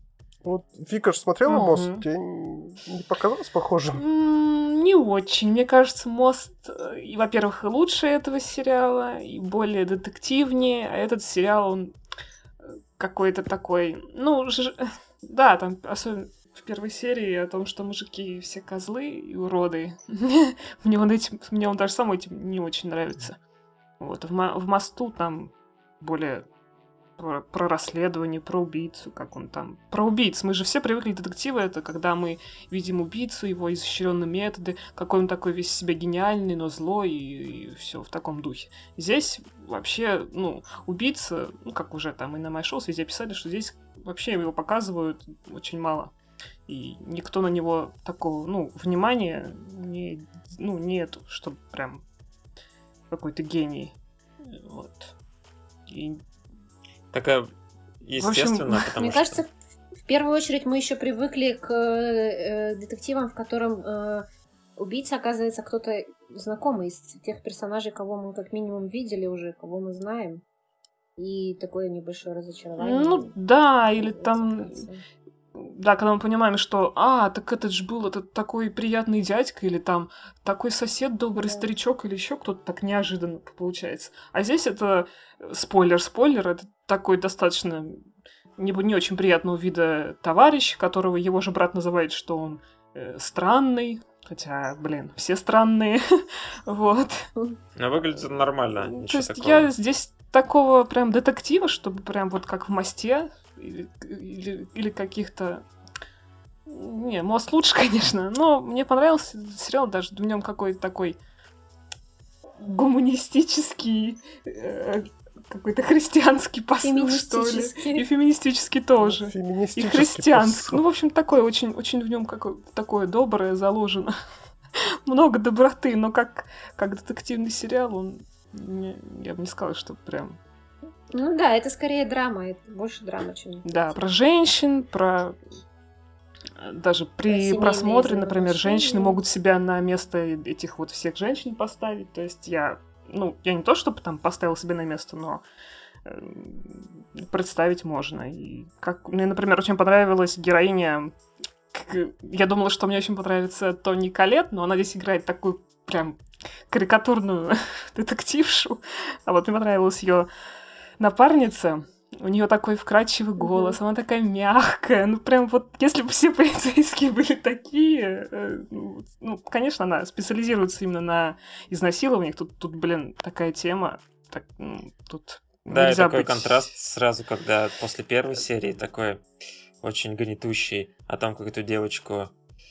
Вот Вика же смотрела «Мост», тебе не показалось похожим?
Не очень. Мне кажется, «Мост», во-первых, лучше этого сериала, и более детективнее, а этот сериал, он какой-то такой... Да, там особенно в первой серии о том, что мужики все козлы и уроды. Мне он даже сам этим не очень нравится. Вот, в «Мосту» там более... про расследование, про убийцу, как он там... Про убийц. Мы же все привыкли к детективу, это когда мы видим убийцу, его изощренные методы, какой он такой весь себя гениальный, но злой, и все в таком духе. Здесь вообще, убийца, как уже там и на MyShow везде писали, что здесь вообще его показывают очень мало. И никто на него такого, внимания нету, чтобы прям какой-то гений. Вот. И
такая естественно, потому
мне
что...
кажется, в первую очередь мы еще привыкли к детективам, в котором убийца оказывается кто-то знакомый из тех персонажей, кого мы как минимум видели уже, кого мы знаем. И такое небольшое разочарование.
Да, или там... Да, когда мы понимаем, что, так этот же был этот такой приятный дядька, или там такой сосед, добрый старичок, или еще кто-то так неожиданно получается. А здесь это спойлер, это такой достаточно не очень приятного вида товарищ, которого его же брат называет, что он странный, хотя, все странные, вот.
Но выглядит нормально.
То есть я здесь такого прям детектива, чтобы прям вот как в «Мосте», или каких-то... Не, «Мост» лучше, конечно, но мне понравился этот сериал, даже в нем какой-то такой гуманистический, какой-то христианский посыл, что ли. И феминистический тоже. И христианский. В общем, такой очень, очень в нем какое-то такое доброе заложено. Много доброты, но как детективный сериал, я бы не сказала, что прям...
да, это скорее драма, это больше драма, чем...
Да, про женщин, даже при просмотре, например, женщины могут себя на место этих вот всех женщин поставить. То есть я не то, чтобы там поставила себя на место, но представить можно. И мне, например, очень понравилась героиня... Я думала, что мне очень понравится Тони Коллетт, но она здесь играет такую прям карикатурную детектившу. А вот мне понравилась ее напарница. У нее такой вкрадчивый голос, она такая мягкая. Прям вот, если бы все полицейские были такие... конечно, она специализируется именно на изнасилованиях. Тут такая тема. Тут
да, и такой контраст сразу, когда после первой серии такой очень гнетущий о том, как эту девочку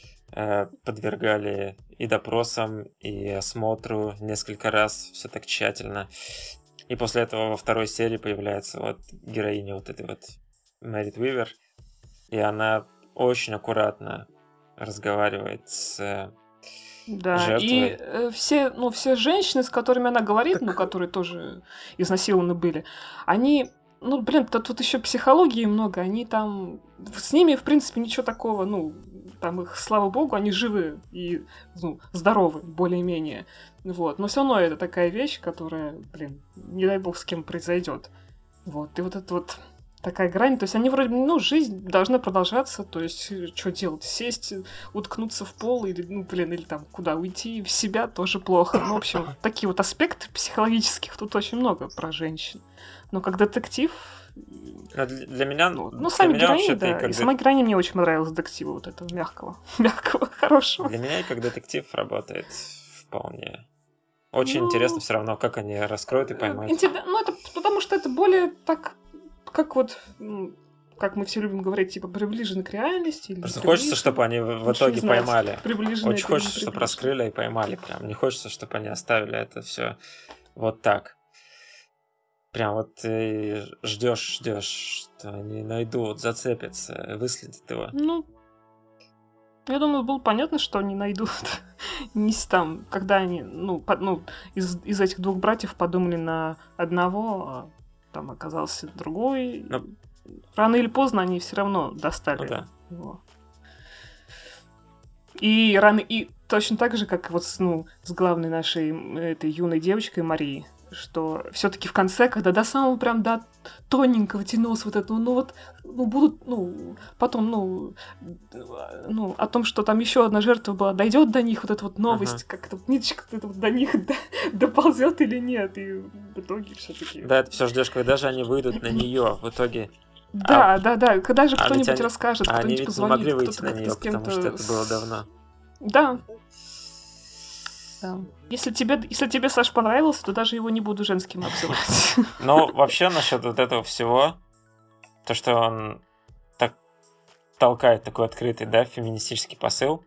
подвергали и допросам, и осмотру несколько раз, все так тщательно. И после этого во второй серии появляется вот героиня вот этой вот Мэрит Уивер, и она очень аккуратно разговаривает с жертвой.
И все женщины, с которыми она говорит, которые тоже изнасилованы были, они, тут еще психологии много, они там, с ними, в принципе, ничего такого, там их, слава богу, они живы и здоровы, более-менее. Вот. Но все равно это такая вещь, которая, не дай бог, с кем произойдет. Вот. И вот это вот такая грань. То есть они вроде, жизнь должна продолжаться. То есть, что делать? Сесть, уткнуться в пол или там куда уйти в себя тоже плохо. В общем, такие вот аспекты психологических тут очень много про женщин. Но как детектив...
Для меня...
сами героини, да. И сама героиня мне очень понравилась, детектива вот этого мягкого, хорошего.
Для меня и как детектив работает вполне. Очень интересно все равно, как они раскроют и поймают.
Это потому что это более так, как вот, как мы все любим говорить, типа, приближены к реальности. Или
просто хочется, чтобы они в итоге поймали. Очень хочется, чтобы раскрыли и поймали. Прям не хочется, чтобы они оставили это все вот так. Прям вот ты ждешь, что они найдут, зацепятся, выследят его.
Я думаю, было понятно, что они найдут. Не там, когда они, из этих двух братьев подумали на одного, а там оказался другой. Рано или поздно они все равно достали его. И точно так же, как вот с главной нашей этой юной девочкой Марией, что все-таки в конце, когда до самого прям до тоненького тянулось вот это, будут, потом, о том, что там еще одна жертва была, дойдет до них вот эта вот новость, как эта ниточка до них доползет или нет, и в итоге все-таки.
Да, ты все ждешь, когда же они выйдут на нее, в итоге.
Да, когда же кто-нибудь расскажет, кто-нибудь
позвонит, они ведь не могли выйти
кто-то
на нее, потому что это было давно.
Да. Да. Если тебе Саш понравился, то даже его не буду женским обзывать.
Ну, вообще, насчет вот этого всего, то, что он так толкает такой открытый, да, феминистический посыл.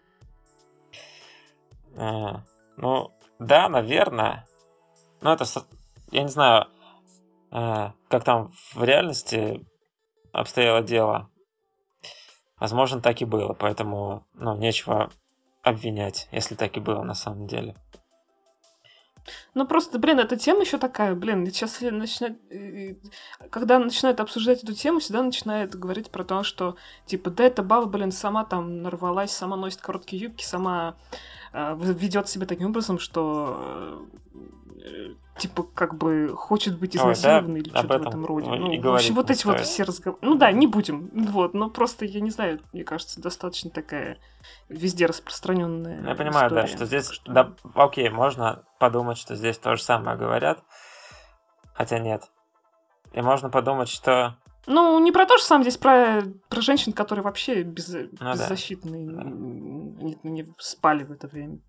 Ну, да, наверное. Но это, я не знаю, как там в реальности обстояло дело. Возможно, так и было, поэтому, нечего обвинять, если так и было на самом деле.
Ну, просто, эта тема еще такая, сейчас когда начинают обсуждать эту тему, всегда начинают говорить про то, что, типа, да, эта баба, сама там нарвалась, сама носит короткие юбки, сама ведет себя таким образом, что типа, как бы хочет быть изнасилованной или что-то в этом роде. Вообще, вот эти вот все разговоры. Не будем. Но просто, я не знаю, мне кажется, достаточно такая везде распространенная.
Я понимаю, история, да, что здесь. Что... Да, окей, можно подумать, что здесь то же самое говорят. Хотя нет. И можно подумать, что.
Не про то же самое, здесь про женщин, которые вообще беззащитные, не спали в это время.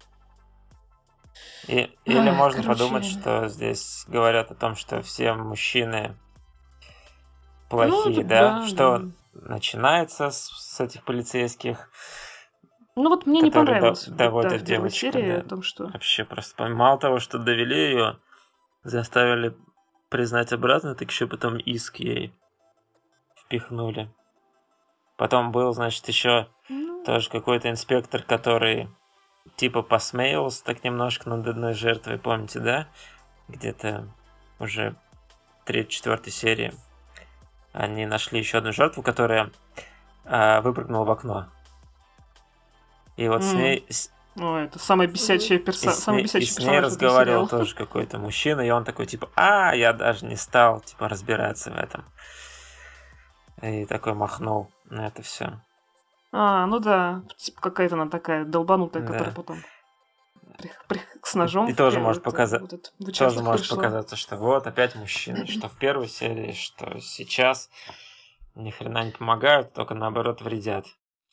Или можно подумать, что здесь говорят о том, что все мужчины плохие, что начинается с этих полицейских.
Мне не понравилось.
Доводят девочку.
О том, что...
Вообще просто мало того, что довели ее, заставили признать обратно, так еще потом иск ей впихнули. Потом был, значит, еще тоже какой-то инспектор, который типа посмеялся так немножко над одной жертвой, помните, да? Где-то уже в 3-4 серии они нашли еще одну жертву, которая выпрыгнула в окно. И вот с ней...
это самый бесячий персонаж.
И с ней разговаривал тоже какой-то мужчина, и он такой, типа, я даже не стал, типа, разбираться в этом. И такой махнул на это все.
Да. Типа какая-то она такая долбанутая, которая потом с ножом.
И тоже может показаться, что вот опять мужчины, что в первой серии, что сейчас ни хрена не помогают, только наоборот вредят.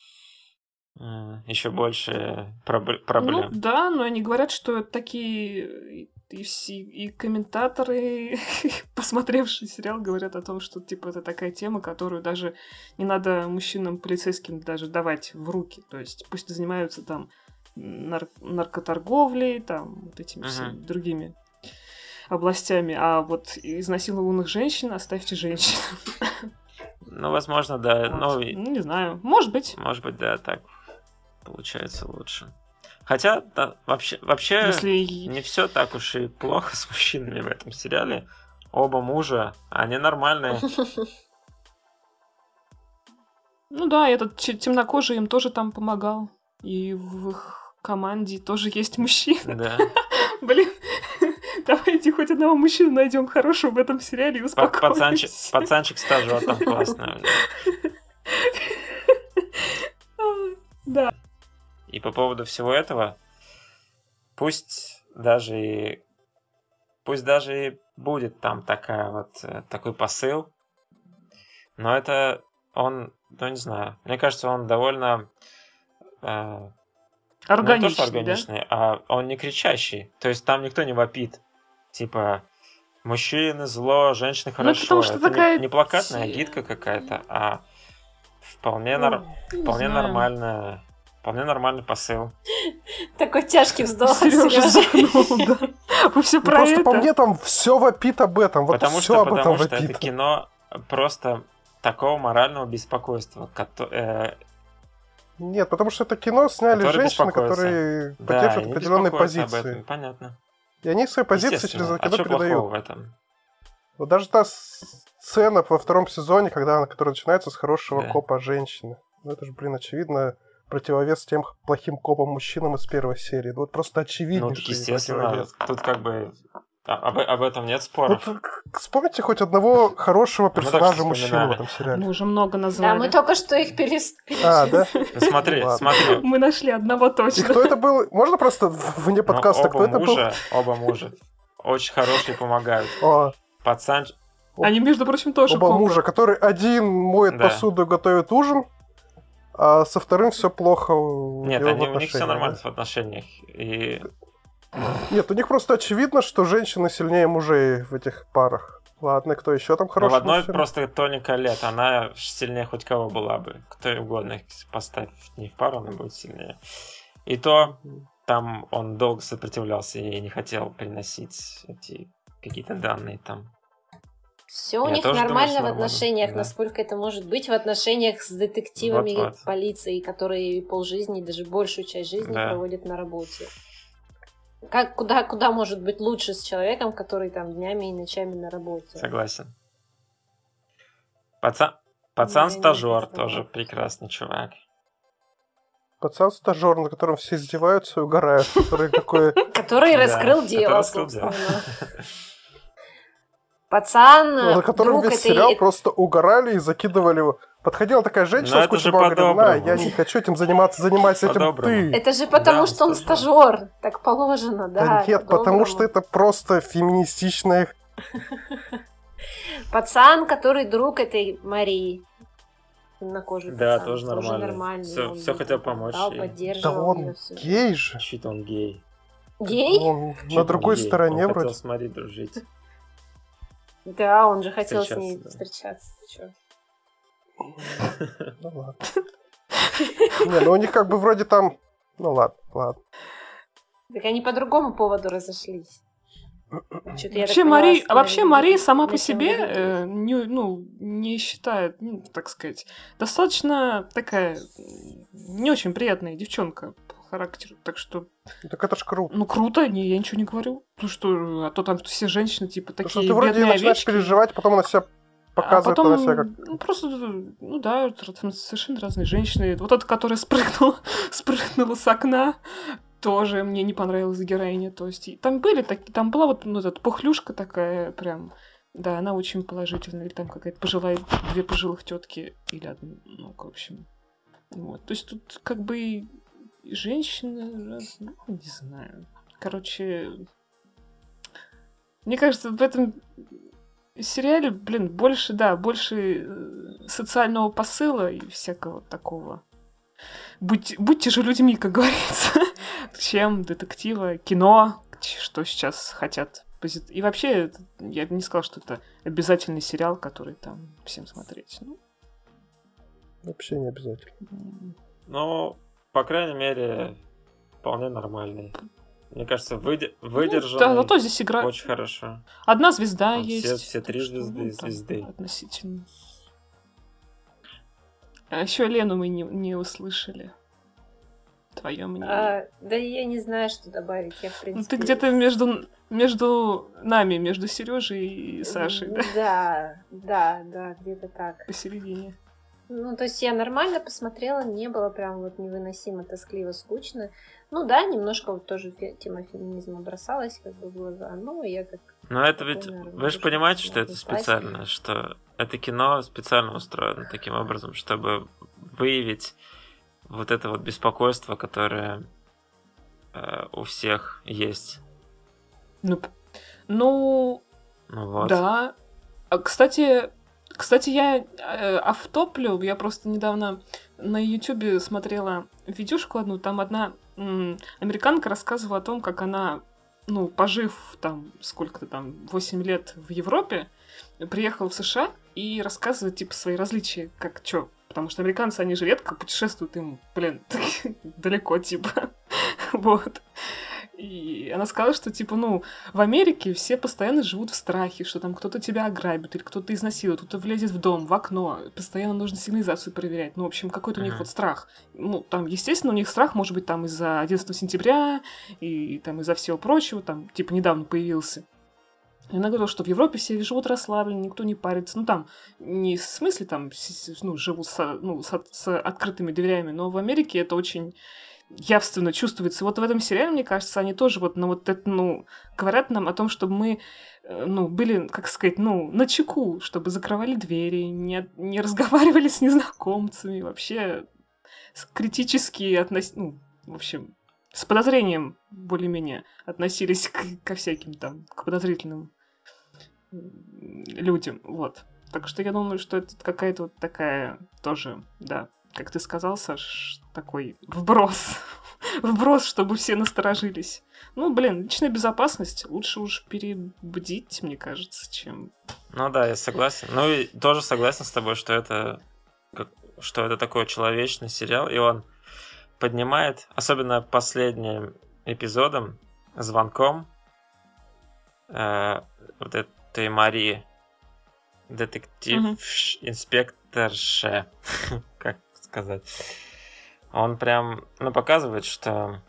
Еще больше проблем.
Да, но они говорят, что такие и комментаторы, посмотревшие сериал, говорят о том, что типа это такая тема, которую даже не надо мужчинам полицейским даже давать в руки. То есть пусть занимаются там наркоторговлей, там вот этими всеми другими областями, а вот изнасилованных женщин оставьте женщин.
Возможно, да.
Не знаю. Может быть.
Может быть, да, так получается лучше. Хотя, да, вообще не все так уж и плохо с мужчинами в этом сериале. Оба мужа, они нормальные.
Этот темнокожий им тоже там помогал. И в их команде тоже есть мужчины.
Да.
Давайте хоть одного мужчину найдем хорошего в этом сериале и успокоимся.
Пацанчик-стажёр там классный.
Да.
И по поводу всего этого, пусть даже и будет там такой посыл, но это он, не знаю, мне кажется, он довольно
органичный,
не то, что органичный, а он не кричащий. То есть там никто не вопит. Типа, мужчины зло, женщины хорошо.
Что
это
такая...
не плакатная агитка какая-то, а вполне нормальная. Вполне нормальный посыл.
Такой тяжкий вздох от
Серёжа. Да. Вы все про
просто
это?
по мне там все вопит об этом. Вот
потому
все
что,
об этом
потому
вопит.
что это кино просто такого морального беспокойства.
Нет, потому что это кино сняли женщины, которые поддерживают определенные позиции.
Понятно.
И они свои позиции через это кино передают.
В этом?
Вот даже та сцена во втором сезоне, которая начинается с хорошего копа женщины. Это же, очевидно, противовес тем плохим копам-мужчинам из первой серии. Вот просто очевиднейший
естественно,
противовес.
тут как бы Об этом нет споров.
Вот, вспомните хоть одного хорошего персонажа мужчины в этом сериале.
Мы уже много назвали.
Да, мы только что их перешли.
Да?
Смотри.
Мы нашли одного
И
точно.
кто это был? Можно просто вне подкаста, кто это был?
Оба мужа. Очень хорошие, помогают. Пацан...
Они, между прочим, тоже
Оба мужа, который один моет посуду и готовит ужин, а со вторым все плохо.
Нет, у них все нормально в отношениях.
Нет, у них просто очевидно, что женщины сильнее мужей в этих парах. Ладно, кто еще там хороший?
В одной просто Тони Коллетт, она сильнее хоть кого была бы. Кто угодно поставь не в пару, она будет сильнее. И то там он долго сопротивлялся и не хотел приносить эти какие-то данные там.
Все у них нормально в отношениях, насколько это может быть в отношениях с детективами полиции, которые полжизни, даже большую часть жизни проводят на работе. Куда может быть лучше с человеком, который там днями и ночами на работе?
Согласен. Пацан-стажер тоже прекрасный чувак.
Пацан-стажер, на котором все издеваются и угорают.
Который раскрыл дело, собственно. Пацан,
на котором весь сериал просто угорали и закидывали его. Подходила такая женщина с кучей бабок, говорит, я не хочу этим заниматься, занимайся этим ты.
Это же потому, что он стажер, так положено, да.
Да нет, потому что это просто феминистичное...
Пацан, который друг этой Марии. На коже.
Да, тоже нормально. Все хотел помочь.
Да он гей же.
Чуть он гей.
Гей?
Он на другой стороне вроде.
Он хотел с Марией дружить.
Да, он же хотел с ней встречаться.
Ну ладно. Не, ну у них как бы вроде там... Ну ладно.
Так они по другому поводу разошлись.
Вообще Мария сама по себе не считает, так сказать, достаточно такая не очень приятная девчонка по характеру, так что...
Так это ж круто.
Ну круто, я ничего не говорю. Ну что, а то там все женщины типа такие
бедные овечки. Ты вроде начинаешь переживать, потом она себя показывает, она себя как...
Ну просто, там совершенно разные женщины. Вот эта, которая спрыгнула с окна, тоже мне не понравилась героиня. То есть там была вот эта пухлюшка такая прям, да, она очень положительная. Или там какая-то две пожилых тетки или одна, в общем. Вот. То есть тут как бы и женщины, не знаю. Короче, мне кажется, в этом сериале, больше социального посыла и всякого такого. Будьте же людьми, как говорится, чем детектива, кино, что сейчас хотят. И вообще, я бы не сказала, что это обязательный сериал, который там всем смотреть.
Вообще не обязательно.
По крайней мере, вполне нормальный. Мне кажется, выдержанный.
Да, зато здесь игра
очень хорошо.
Одна звезда есть.
Все 3 звезды.
Относительно. А еще Лену мы не услышали. Твое мнение.
Да я не знаю, что добавить. Я, в принципе...
ты где-то между нами, между Сережей и Сашей, да?
Да, где-то так.
Посередине.
То есть я нормально посмотрела, не было прям невыносимо тоскливо, скучно. Немножко тоже тема феминизма бросалась как бы в глаза, я как...
Но это ведь... Вы же понимаете, что это специально, что это кино специально устроено таким образом, чтобы выявить вот это вот беспокойство, которое у всех есть.
Вот. Да. Кстати, я автоплю, я просто недавно на Ютубе смотрела видюшку одну, там одна американка рассказывала о том, как она, пожив там сколько-то там, 8 лет в Европе, приехала в США и рассказывает, свои различия, как чё. Потому что американцы, они же редко путешествуют, им, далеко, вот. И она сказала, что, в Америке все постоянно живут в страхе, что там кто-то тебя ограбит, или кто-то изнасилует, кто-то влезет в дом, в окно, постоянно нужно сигнализацию проверять. В общем, какой-то у них вот страх. Там, естественно, у них страх может быть там из-за 11 сентября, и там из-за всего прочего, там, недавно появился. И она говорила, что в Европе все живут расслабленно, никто не парится. Там, не в смысле, там, живут с открытыми дверями, но в Америке это очень явственно чувствуется. Вот в этом сериале, мне кажется, они тоже вот, говорят нам о том, чтобы мы, были, как сказать, начеку, чтобы закрывали двери, не разговаривали с незнакомцами, вообще критически в общем, с подозрением более-менее относились ко всяким там, к подозрительным людям, вот. Так что я думаю, что это какая-то вот такая тоже, да, как ты сказал, Саш, такой вброс. Вброс, чтобы все насторожились. Личная безопасность лучше уж перебдить, мне кажется, чем...
Ну да, я согласен. Ну и тоже согласен с тобой, что это такой человечный сериал, и он поднимает, особенно последним эпизодом, звонком вот этой Марии, детектив-инспекторше, как сказать. Он прям, показывает, что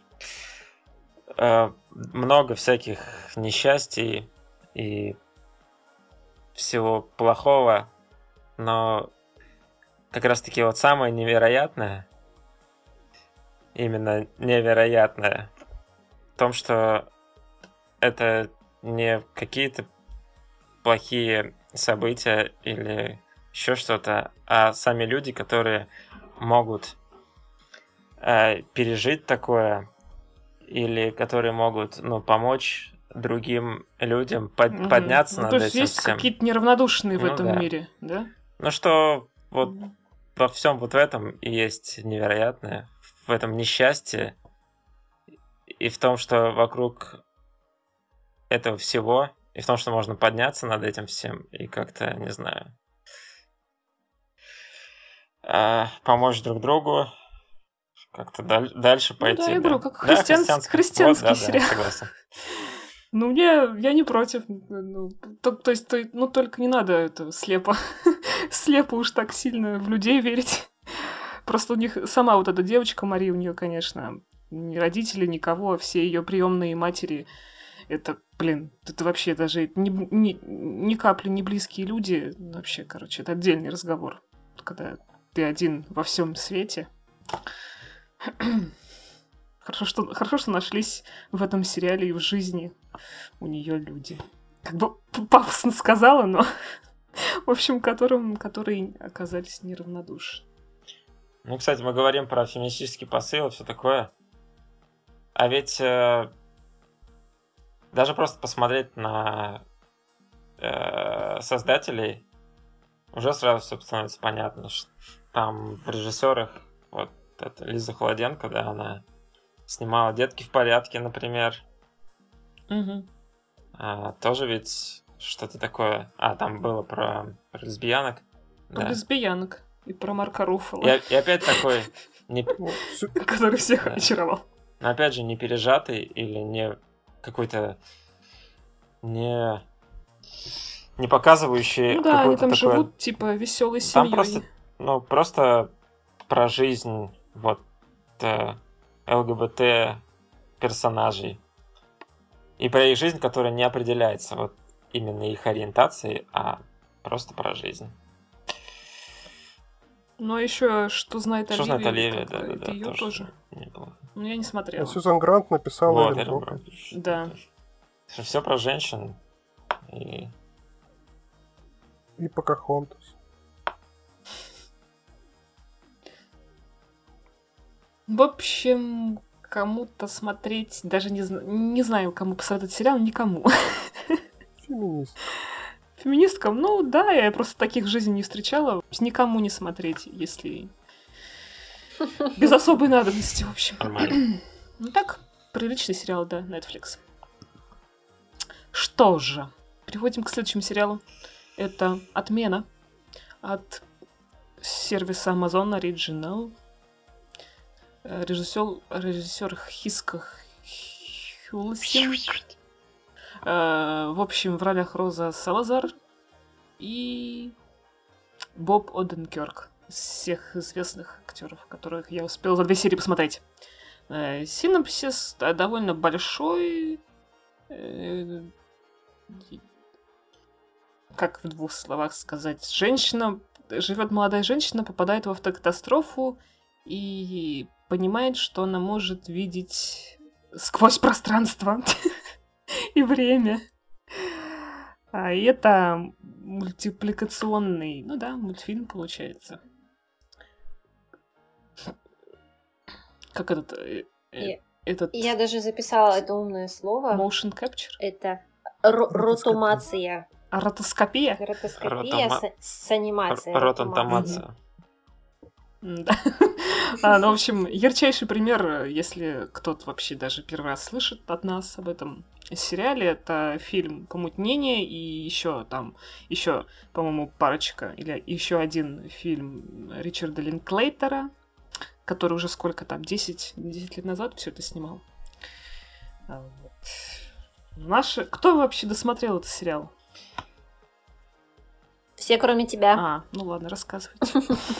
много всяких несчастий и всего плохого, но как раз-таки вот самое невероятное, именно невероятное, в том, что это не какие-то плохие события или еще что-то, а сами люди, которые могут пережить такое, или которые могут, помочь другим людям подняться над
то есть
этим
есть
всем.
Какие-то неравнодушные в этом мире, да?
Что вот во всем вот в этом и есть невероятное, в этом несчастье, и в том, что вокруг этого всего, и в том, что можно подняться над этим всем, и как-то, не знаю, помочь друг другу, как-то дальше пойти.
Да, я говорю, как христианский сериал.
Согласен.
Я не против. То есть, только не надо это слепо уж так сильно в людей верить. Просто у них сама вот эта девочка Мария, у нее, конечно, ни родители, никого, все ее приемные матери, это вообще даже ни капли не близкие люди. Вообще, короче, это отдельный разговор. Когда ты один во всем свете. Хорошо, что нашлись в этом сериале и в жизни у нее люди. Как бы пафосно сказала, но в общем, которые оказались неравнодушны.
Кстати, мы говорим про феминистический посыл и все такое. А ведь даже просто посмотреть на создателей, уже сразу все становится понятно, что там в режиссерах вот это Лиза Холоденко, да, она снимала «Детки в порядке», например.
Угу.
Тоже ведь что-то такое. Там было про лесбиянок.
Про лесбиянок. И про Марка Руффало.
И опять такой...
Который всех очаровал.
Но опять же, не пережатый или не какой-то... Не показывающий...
Да, они там живут, типа, веселой семьей.
Там просто про жизнь вот ЛГБТ персонажей. И про их жизнь, которая не определяется вот именно их ориентацией, а просто про жизнь.
Ну, а еще «Что знает Оливия».
«Что знает Оливия», да.
Это ее тоже.
Неплохо.
Я не смотрела.
Сьюзан Грант написала
Эрин Брокович.
Да.
Все про женщин. И
Покахонтас.
В общем, кому-то смотреть, даже не знаю, кому посоветовать сериал, никому.
Феминист.
Феминисткам? Да, я просто таких в жизни не встречала. Никому не смотреть, если... Без особой надобности, в общем.
нормально.
Так, приличный сериал, да, Netflix. Что же, переходим к следующему сериалу. Это «Отмена» от сервиса Amazon Original. Режиссер Хиска Хюлсин. В общем, в ролях Роза Салазар и Боб Оденкерк. Из всех известных актеров, которых я успела за 2 серии посмотреть. Синопсис довольно большой. Как в 2 словах сказать? Молодая женщина попадает в автокатастрофу и понимает, что она может видеть сквозь пространство и время. И это мультипликационный, мультфильм получается. Как этот...
Я даже записала это умное слово.
Motion capture?
Это ротомация.
Ротоскопия?
Ротоскопия с анимацией.
Ротантомация.
Да. В общем, ярчайший пример, если кто-то вообще даже первый раз слышит от нас об этом сериале, это фильм «Помутнение» и еще, по-моему, парочка, или еще один фильм Ричарда Линклейтера, который уже 10 лет назад все это снимал. Кто вообще досмотрел этот сериал?
Все, кроме тебя.
Ладно, рассказывайте.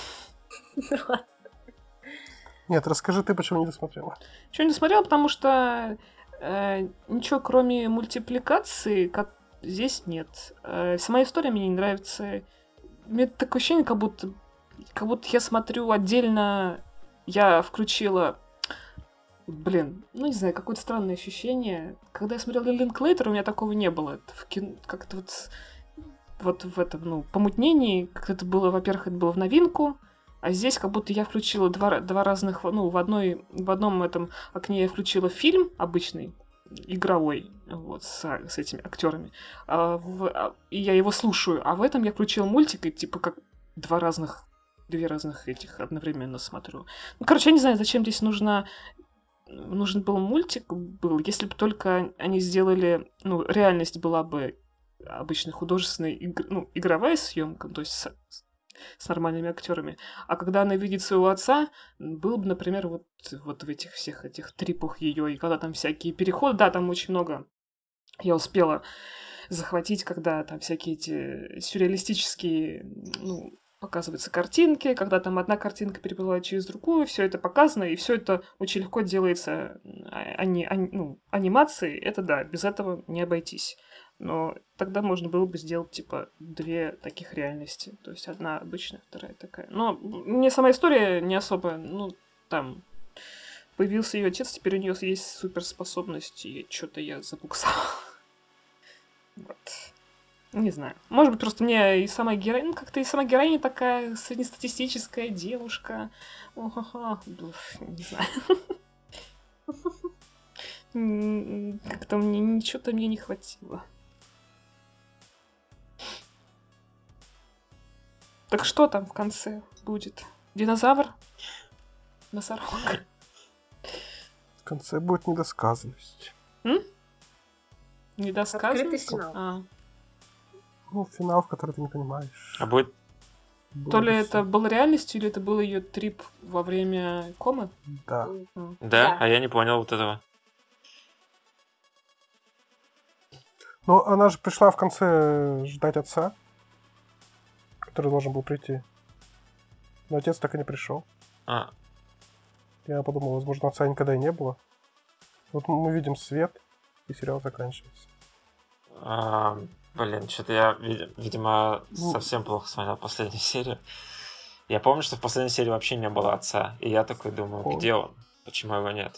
Нет, расскажи ты, почему не досмотрела.
Почему не досмотрела? Потому что ничего, кроме мультипликации, как здесь нет. Сама история мне не нравится. У меня такое ощущение, как будто я смотрю отдельно. Я включила... не знаю, какое-то странное ощущение. Когда я смотрела Линклейтер, у меня такого не было. Это в кино, как-то в этом, помутнении, как это было, во-первых, это было в новинку, а здесь как будто я включила два разных, в одном этом окне я включила фильм обычный, игровой, с этими актерами, и я его слушаю, а в этом я включила мультик, и как две разных этих одновременно смотрю. Я не знаю, зачем здесь нужен был мультик, если бы только они сделали, реальность была бы обычной художественной, игровая съемка, то есть с нормальными актерами. А когда она видит своего отца, было бы, например, вот в этих всех этих трипах ее, и когда там всякие переходы, да, там очень много я успела захватить, когда там всякие эти сюрреалистические, показываются картинки, когда там одна картинка переплывает через другую, все это показано, и все это очень легко делается анимацией, это да, без этого не обойтись. Но тогда можно было бы сделать, две таких реальности. То есть одна обычная, вторая такая. Но мне сама история не особо... там появился ее отец, теперь у нее есть суперспособность, и что-то я забуксала. Вот. Не знаю. Может быть, просто мне и сама героиня такая среднестатистическая девушка. Не знаю. Как-то ничего-то мне не хватило. Так что там в конце будет? Динозавр? Носорог?
В конце будет недосказанность.
Недосказанность?
Открытый финал.
Финал, в который ты не понимаешь.
А будет...
То ли это было реальностью, или это был ее трип во время комы?
Да.
Да? А я не понял вот этого.
Но она же пришла в конце ждать отца, который должен был прийти. Но отец так и не пришел. Я подумал, возможно, отца никогда и не было. Вот мы видим свет, и сериал заканчивается.
Что-то я, видимо, совсем плохо смотрел последнюю серию. Я помню, что в последней серии вообще не было отца. И я такой думаю, где он? Почему его нет?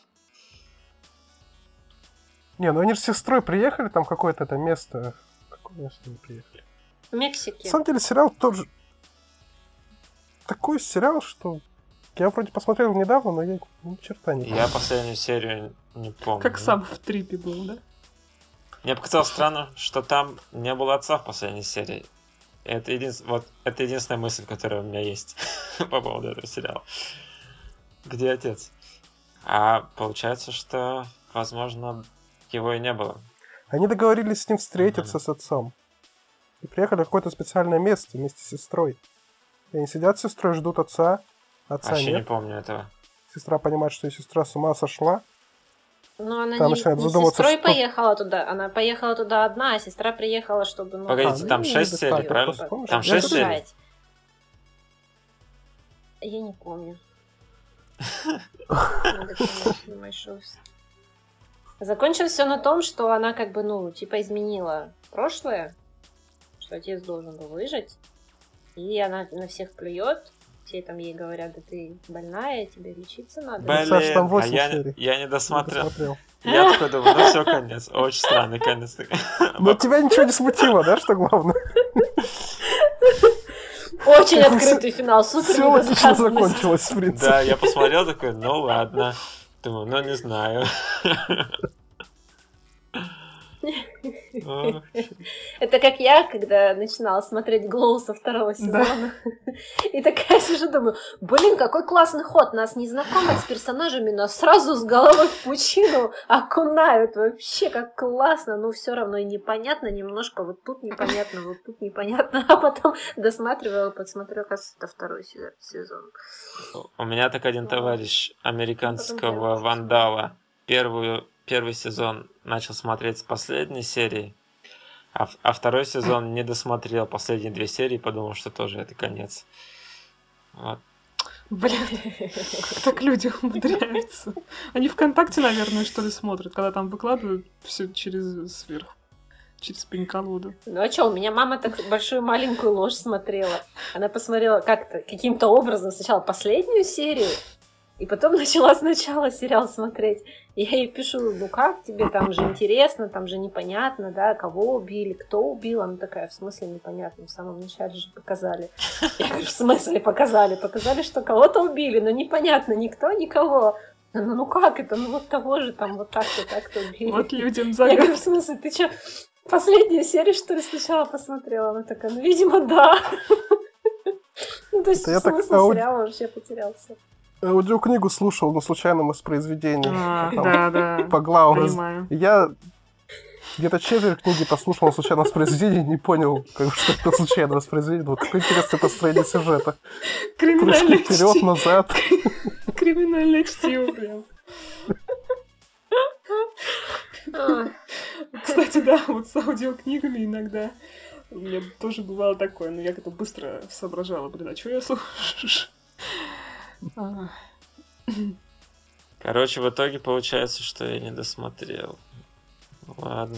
Не, они же с сестрой приехали, там какое-то это место. Какое место они приехали?
В Мексике.
На самом деле сериал тоже... Такой сериал, что... Я вроде посмотрел недавно, но я ни черта не помню.
Я последнюю серию не помню.
Как сам в трипе был, да?
Мне показалось странно, что там не было отца в последней серии. Это единственная мысль, которая у меня есть по поводу этого сериала. Где отец? А получается, что, возможно, его и не было.
Они договорились с ним встретиться с отцом. И приехали в какое-то специальное место вместе с сестрой. И они сидят с сестрой, ждут отца. Отца
вообще
нет.
Не помню этого.
Сестра понимает, что ее сестра с ума сошла.
Но она не с сестрой поехала туда. Она поехала туда одна, а сестра приехала, чтобы...
Погодите, там 6 серий, правильно? Там 6 серий?
Я не помню. Закончилось все на том, что она изменила прошлое, что отец должен был выжить, и она на всех плюет, Все там ей говорят, да ты больная, тебе лечиться надо.
Блин,
Саш, там 8 серий.
я не досмотрел.
Досмотрел.
Я такой думаю, ну все, конец. Очень странный конец.
Но тебя ничего не смутило, да, что главное?
Очень открытый финал, супер
Все логично
недосказанность.
закончилось, в принципе.
Да, я посмотрел такой, ну ладно. Думаю, ну не знаю. Ох,
Это как я, когда начинала смотреть «Глоу» со 2-го сезона. И такая сижу, думаю, блин, какой классный ход. Нас не знакомят с персонажами, нас сразу с головой в пучину окунают. Вообще, как классно. Но все равно и непонятно немножко. Вот тут непонятно, вот тут непонятно. А потом досматривала, подсмотрела, как это 2-й сезон.
У меня так один товарищ американского вандала первый сезон начал смотреть с последней серии, а 2-й сезон не досмотрел последние 2 серии, подумал, что тоже это конец. Вот.
Блин, так люди умудряются. Они ВКонтакте, наверное, что ли, смотрят, когда там выкладывают все сверху, через пень-колоду.
Ну а что, у меня мама так большую маленькую ложь смотрела. Она посмотрела как-то, каким-то образом сначала последнюю серию, и потом начала сначала сериал смотреть. Я ей пишу, ну как тебе, там же интересно, там же непонятно, да, кого убили, кто убил. Она такая, в смысле непонятно, в самом начале же показали. Я говорю, в смысле показали? Показали, что кого-то убили, но непонятно, никто, никого. Ну как это? Ну вот того же там вот так-то, так-то убили.
Вот людям
Я
загадка.
говорю, в смысле, ты что, последнюю серию, что ли, сначала посмотрела? Она такая, ну, видимо, да. Ну, то есть,
Я так
смысл сериала вообще потерялся.
Аудиокнигу слушал на случайном воспроизведении.
Да,
По главам.
понимаю.
Я где-то четверть книги послушал на случайном воспроизведении, не понял, что это случайное воспроизведение. Вот какое интересное построение сюжета.
Криминальное
Прыжки вперед,
чтиво.
назад.
Криминальное чтиво прям. Кстати, да, вот с аудиокнигами иногда у меня тоже бывало такое, но я как-то быстро соображала, блин, а что я слушаю?
Короче, в итоге получается, что я не досмотрел. Ладно.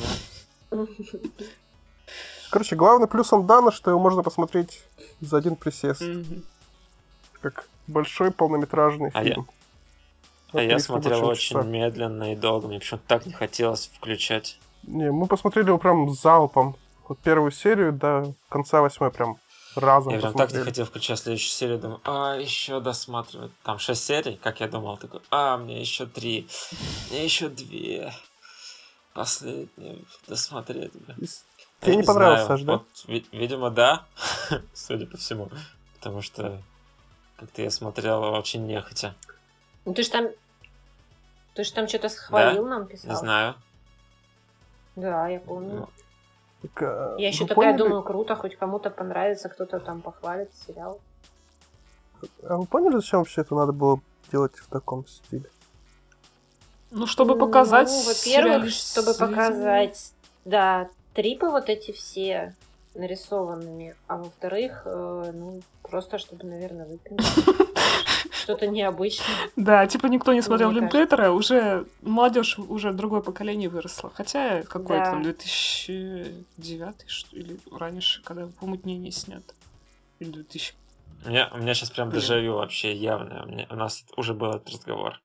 Короче, главный плюсом Дана, что его можно посмотреть за один присест. Как большой полнометражный фильм.
А я смотрел
большого
очень
часа.
медленно и долго. Мне почему-то так не хотелось включать.
Не, мы посмотрели его прям залпом. Вот первую серию до конца 8 прям разом
Я прям так не
посмотрели.
хотел включать следующую серию. Думаю, еще досматривать. Там 6 серий, как я думал. Такой, мне еще 3. Мне еще 2. Последнюю досмотреть.
Тебе не понравился, Саш, да?
Вот, видимо, да. Судя по всему. Потому что как-то я смотрел очень нехотя.
Ну, ты ж там что-то хвалил, нам писал.
Не знаю.
Да, я помню.
Ну,
Так,
Я еще
вы
такая
поняли-
думаю, круто, хоть кому-то понравится, кто-то там похвалит сериал.
А вы поняли, зачем вообще это надо было делать в таком стиле?
Ну, чтобы показать...
Ну, во-первых,
сериализм.
чтобы показать, да, трипы вот эти все нарисованными, а во-вторых, ну, просто чтобы, наверное, выпендрить. Что-то необычное.
Да, типа никто не смотрел
Мне
Линклейтера, уже молодежь, уже другое поколение выросло. Хотя какой-то
Да.
там 2009 что или раньше, когда «Помутнение» снят. Или 2000.
у меня сейчас прям
Блин.
дежавю вообще явно. У нас уже был этот разговор.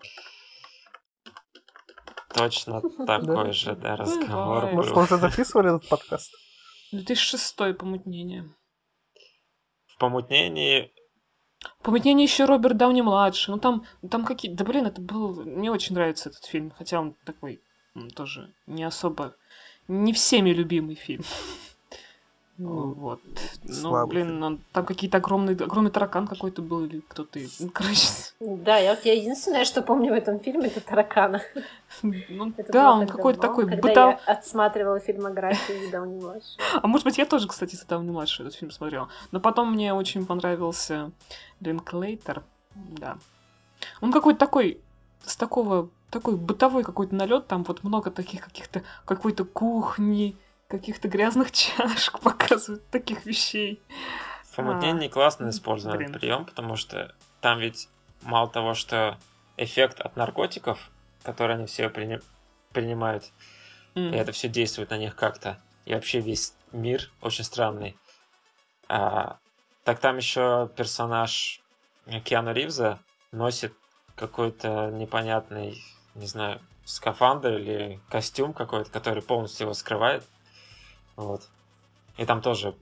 Точно такой же, да, разговор
Бывает.
Может, мы
был.
уже записывали этот подкаст?
2006 «Помутнение».
В помутнении
«Помутнение» еще Роберт Дауни-младший. Ну, там какие... Да, блин, это был... Мне очень нравится этот фильм. Хотя он такой тоже не особо... Не всеми любимый фильм. Вот. Ну,
Слабый
блин, там какие-то огромный таракан какой-то был или кто-то... Ну, короче...
Да, я единственное, что помню в этом фильме, это таракана.
Ну,
Это
да,
было
он
так
какой-то
давно,
такой
когда
бытовой...
я отсматривала фильмографию Дауни-младшего.
А может быть, я тоже, кстати, с Дауни-младший этот фильм смотрела. Но потом мне очень понравился Линклейтер. Да. Он какой-то такой... Такой бытовой какой-то налет. Там вот много таких какой-то кухни, каких-то грязных чашек показывают, таких вещей.
в помутнении классно использован
блин.
прием, потому что там ведь мало того, что эффект от наркотиков, которые они все принимают, и это все действует на них как-то. И вообще весь мир очень странный. Так там еще персонаж Киану Ривза носит какой-то непонятный, не знаю, скафандр или костюм какой-то, который полностью его скрывает. Вот. И там тоже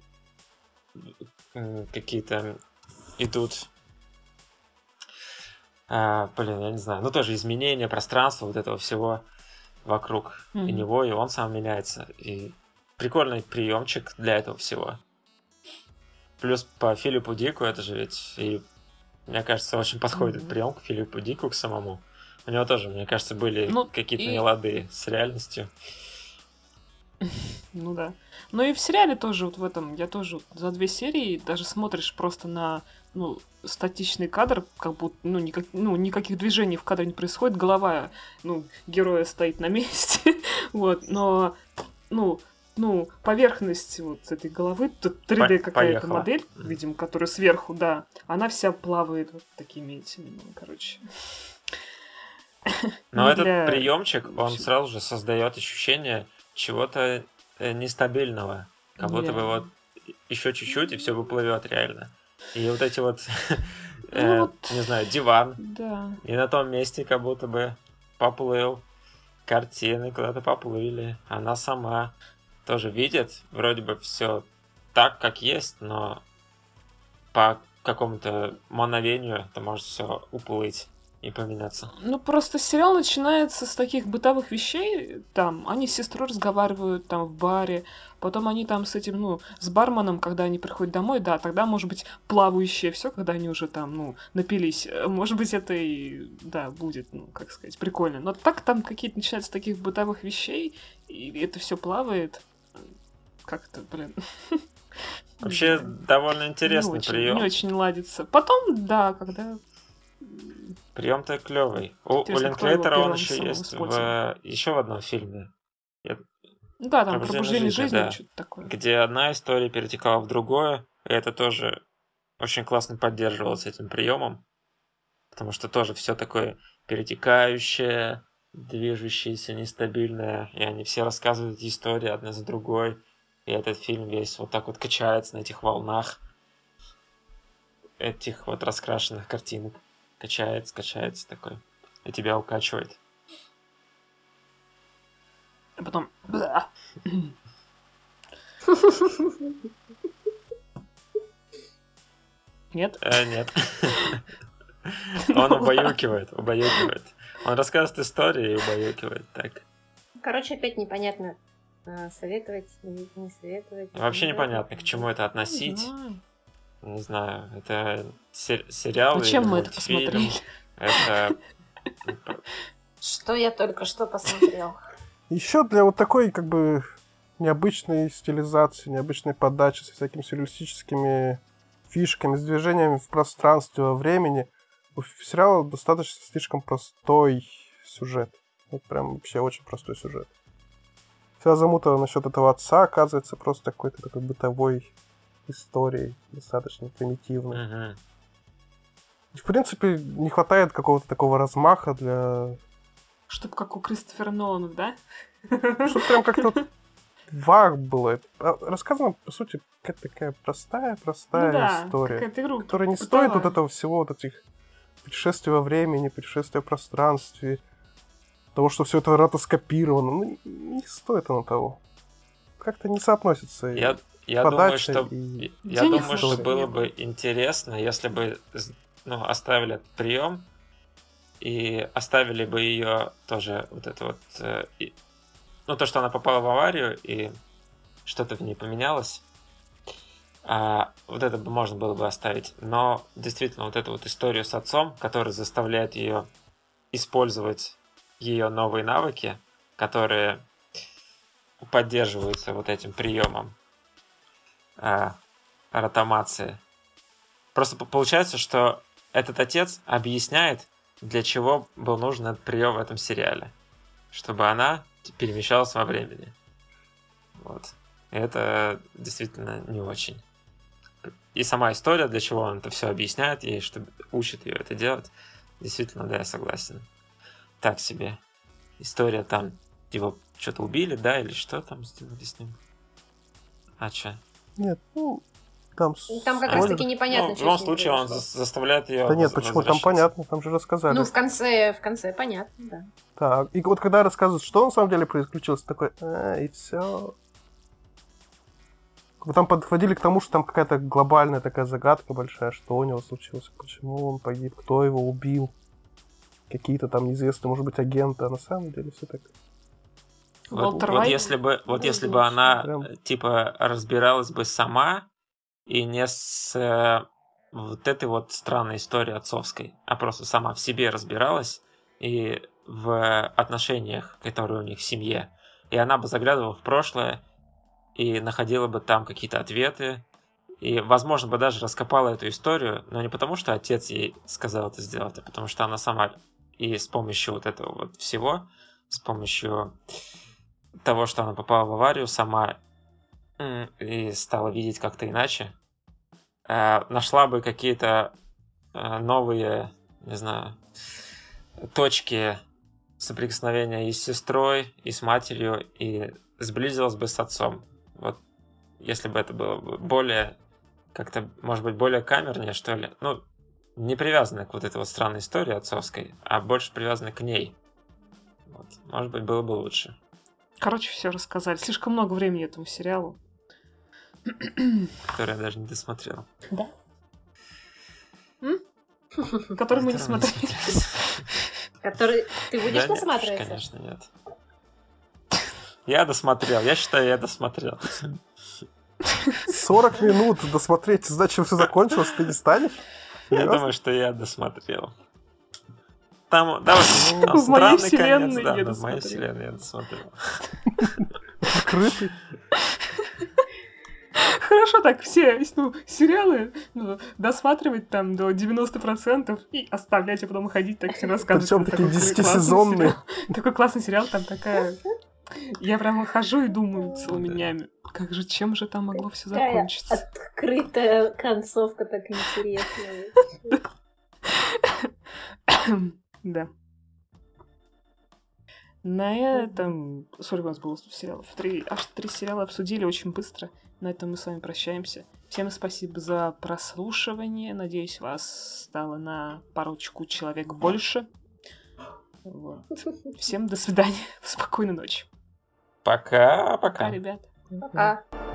какие-то идут, я не знаю, тоже изменения пространства вот этого всего вокруг него, и он сам меняется. И прикольный приемчик для этого всего. Плюс по Филиппу Дику это же ведь, и мне кажется, очень подходит этот прием к Филиппу Дику, к самому. У него тоже, мне кажется, были какие-то нелады с реальностью.
Ну да. Ну и в сериале тоже вот в этом, я тоже за 2 серии даже смотришь просто на статичный кадр, как будто никаких движений в кадре не происходит, голова героя стоит на месте, вот, но поверхность вот этой головы, тут 3D какая-то модель, видимо, которая сверху, да, она вся плавает вот такими этими, короче.
Но этот приемчик, он сразу же создает ощущение чего-то нестабильного. Как будто бы вот еще чуть-чуть, и все выплывет реально. И вот эти вот, не знаю, диван.
Да.
И на том месте как будто бы поплыл. Картины куда-то поплыли. Она сама тоже видит вроде бы все так, как есть, но по какому-то мановению это может все уплыть и поменяться.
Просто сериал начинается с таких бытовых вещей, там, они с сестрой разговаривают там в баре, потом они там с этим, с барменом, когда они приходят домой, да, тогда, может быть, плавающее все, когда они уже там, напились, может быть, это и, да, будет, как сказать, прикольно. Но так там какие-то начинаются с таких бытовых вещей, и это все плавает, как-то, блин...
Вообще, довольно интересный прием.
Не очень ладится. Потом, да, когда...
Прием-то клевый. У Линклейтера он еще есть еще в одном фильме.
Да, там «Пробуждение жизни», да, что-то такое.
Где одна история перетекала в другое, и это тоже очень классно поддерживалось этим приемом, потому что тоже все такое перетекающее, движущееся, нестабильное, и они все рассказывают эти истории одна за другой, и этот фильм весь вот так вот качается на этих волнах этих вот раскрашенных картинок. Качается такой. И тебя укачивает.
А потом... Нет?
Нет. Он убаюкивает. Он рассказывает истории и убаюкивает так.
Короче, опять непонятно, советовать, не советовать.
Вообще непонятно, к чему это относить. Не знаю, это сериал.
Зачем мы это посмотрели?
Это...
Что я только что посмотрел.
Еще для вот такой, как бы, необычной стилизации, необычной подачи со всякими сюрреалистическими фишками, с движениями в пространстве, во времени, у сериала достаточно слишком простой сюжет. Вот прям вообще очень простой сюжет. Вся замута насчет этого отца оказывается просто какой-то такой бытовой историей, достаточно примитивной.
Uh-huh.
В принципе, не хватает какого-то такого размаха для...
Чтоб как у Кристофера Нолана, да?
Чтоб прям как-то вах было. Рассказана, по сути, какая-то такая простая история, которая не стоит вот этого всего, вот этих путешествий во времени, путешествия в пространстве, того, что все это ротоскопировано. Не стоит оно того. Как-то не соотносится.
Я думаю, что было бы интересно, если бы оставили этот прием и оставили бы ее тоже вот это вот, то, что она попала в аварию и что-то в ней поменялось, вот это бы можно было бы оставить. Но действительно вот эту вот историю с отцом, который заставляет ее использовать ее новые навыки, которые поддерживаются вот этим приемом ротомации. Просто получается, что этот отец объясняет, для чего был нужен этот прием в этом сериале. Чтобы она перемещалась во времени. Вот. И это действительно не очень. И сама история, для чего он это все объясняет ей, что учит ее это делать, действительно, да, я согласен. Так себе. История там, его что-то убили, да, или что там сделали с ним? А что?
Нет, Там
как раз таки непонятно,
в любом случае он заставляет ее.
Да нет, почему? Там понятно, там же рассказали.
Ну, в конце понятно, да.
Так, и вот когда рассказывают, что на самом деле приключилось, такой, и все. Там подводили к тому, что там какая-то глобальная такая загадка большая, что у него случилось, почему он погиб, кто его убил. Какие-то там неизвестные, может быть, агенты, а на самом деле все так.
Вот если бы она, типа, разбиралась бы сама, и не с вот этой вот странной историей отцовской, а просто сама в себе разбиралась, и в отношениях, которые у них в семье, и она бы заглядывала в прошлое, и находила бы там какие-то ответы, и, возможно, бы даже раскопала эту историю, но не потому, что отец ей сказал это сделать, а потому что она сама и с помощью вот этого вот всего, с помощью того, что она попала в аварию сама и стала видеть как-то иначе, нашла бы какие-то новые, не знаю, точки соприкосновения и с сестрой, и с матерью, и сблизилась бы с отцом. Вот если бы это было бы более, как-то, может быть, более камернее, что ли. Ну, не привязанная к вот этой вот странной истории отцовской, а больше привязанная к ней. Вот. Может быть, было бы лучше.
Короче, все рассказали. Слишком много времени этому сериалу.
Который я даже не досмотрел.
Да?
Который мы не смотрели.
Который ты будешь досматривать?
Конечно, нет. Я досмотрел. Я считаю, я досмотрел.
40 минут досмотреть, значит, все закончилось, ты не станешь?
Я думаю, что я досмотрел. Там
в моей вселенной
я досмотрел. В моей вселенной я досмотрел.
Открытый.
Хорошо так, все сериалы досматривать там до 90% и оставлять, а потом уходить, так все рассказывать.
Причем такие 10-сезонные.
Такой классный сериал, там такая... Я прямо хожу и думаю целыми днями, чем же там могло все закончиться.
Открытая концовка так интересная.
Да. На этом... Сколько у нас было сериалов? Аж 3 сериала обсудили очень быстро. На этом мы с вами прощаемся. Всем спасибо за прослушивание. Надеюсь, вас стало на парочку человек больше. Вот. Всем до свидания. Спокойной ночи.
Пока.
Пока, ребят.
Пока.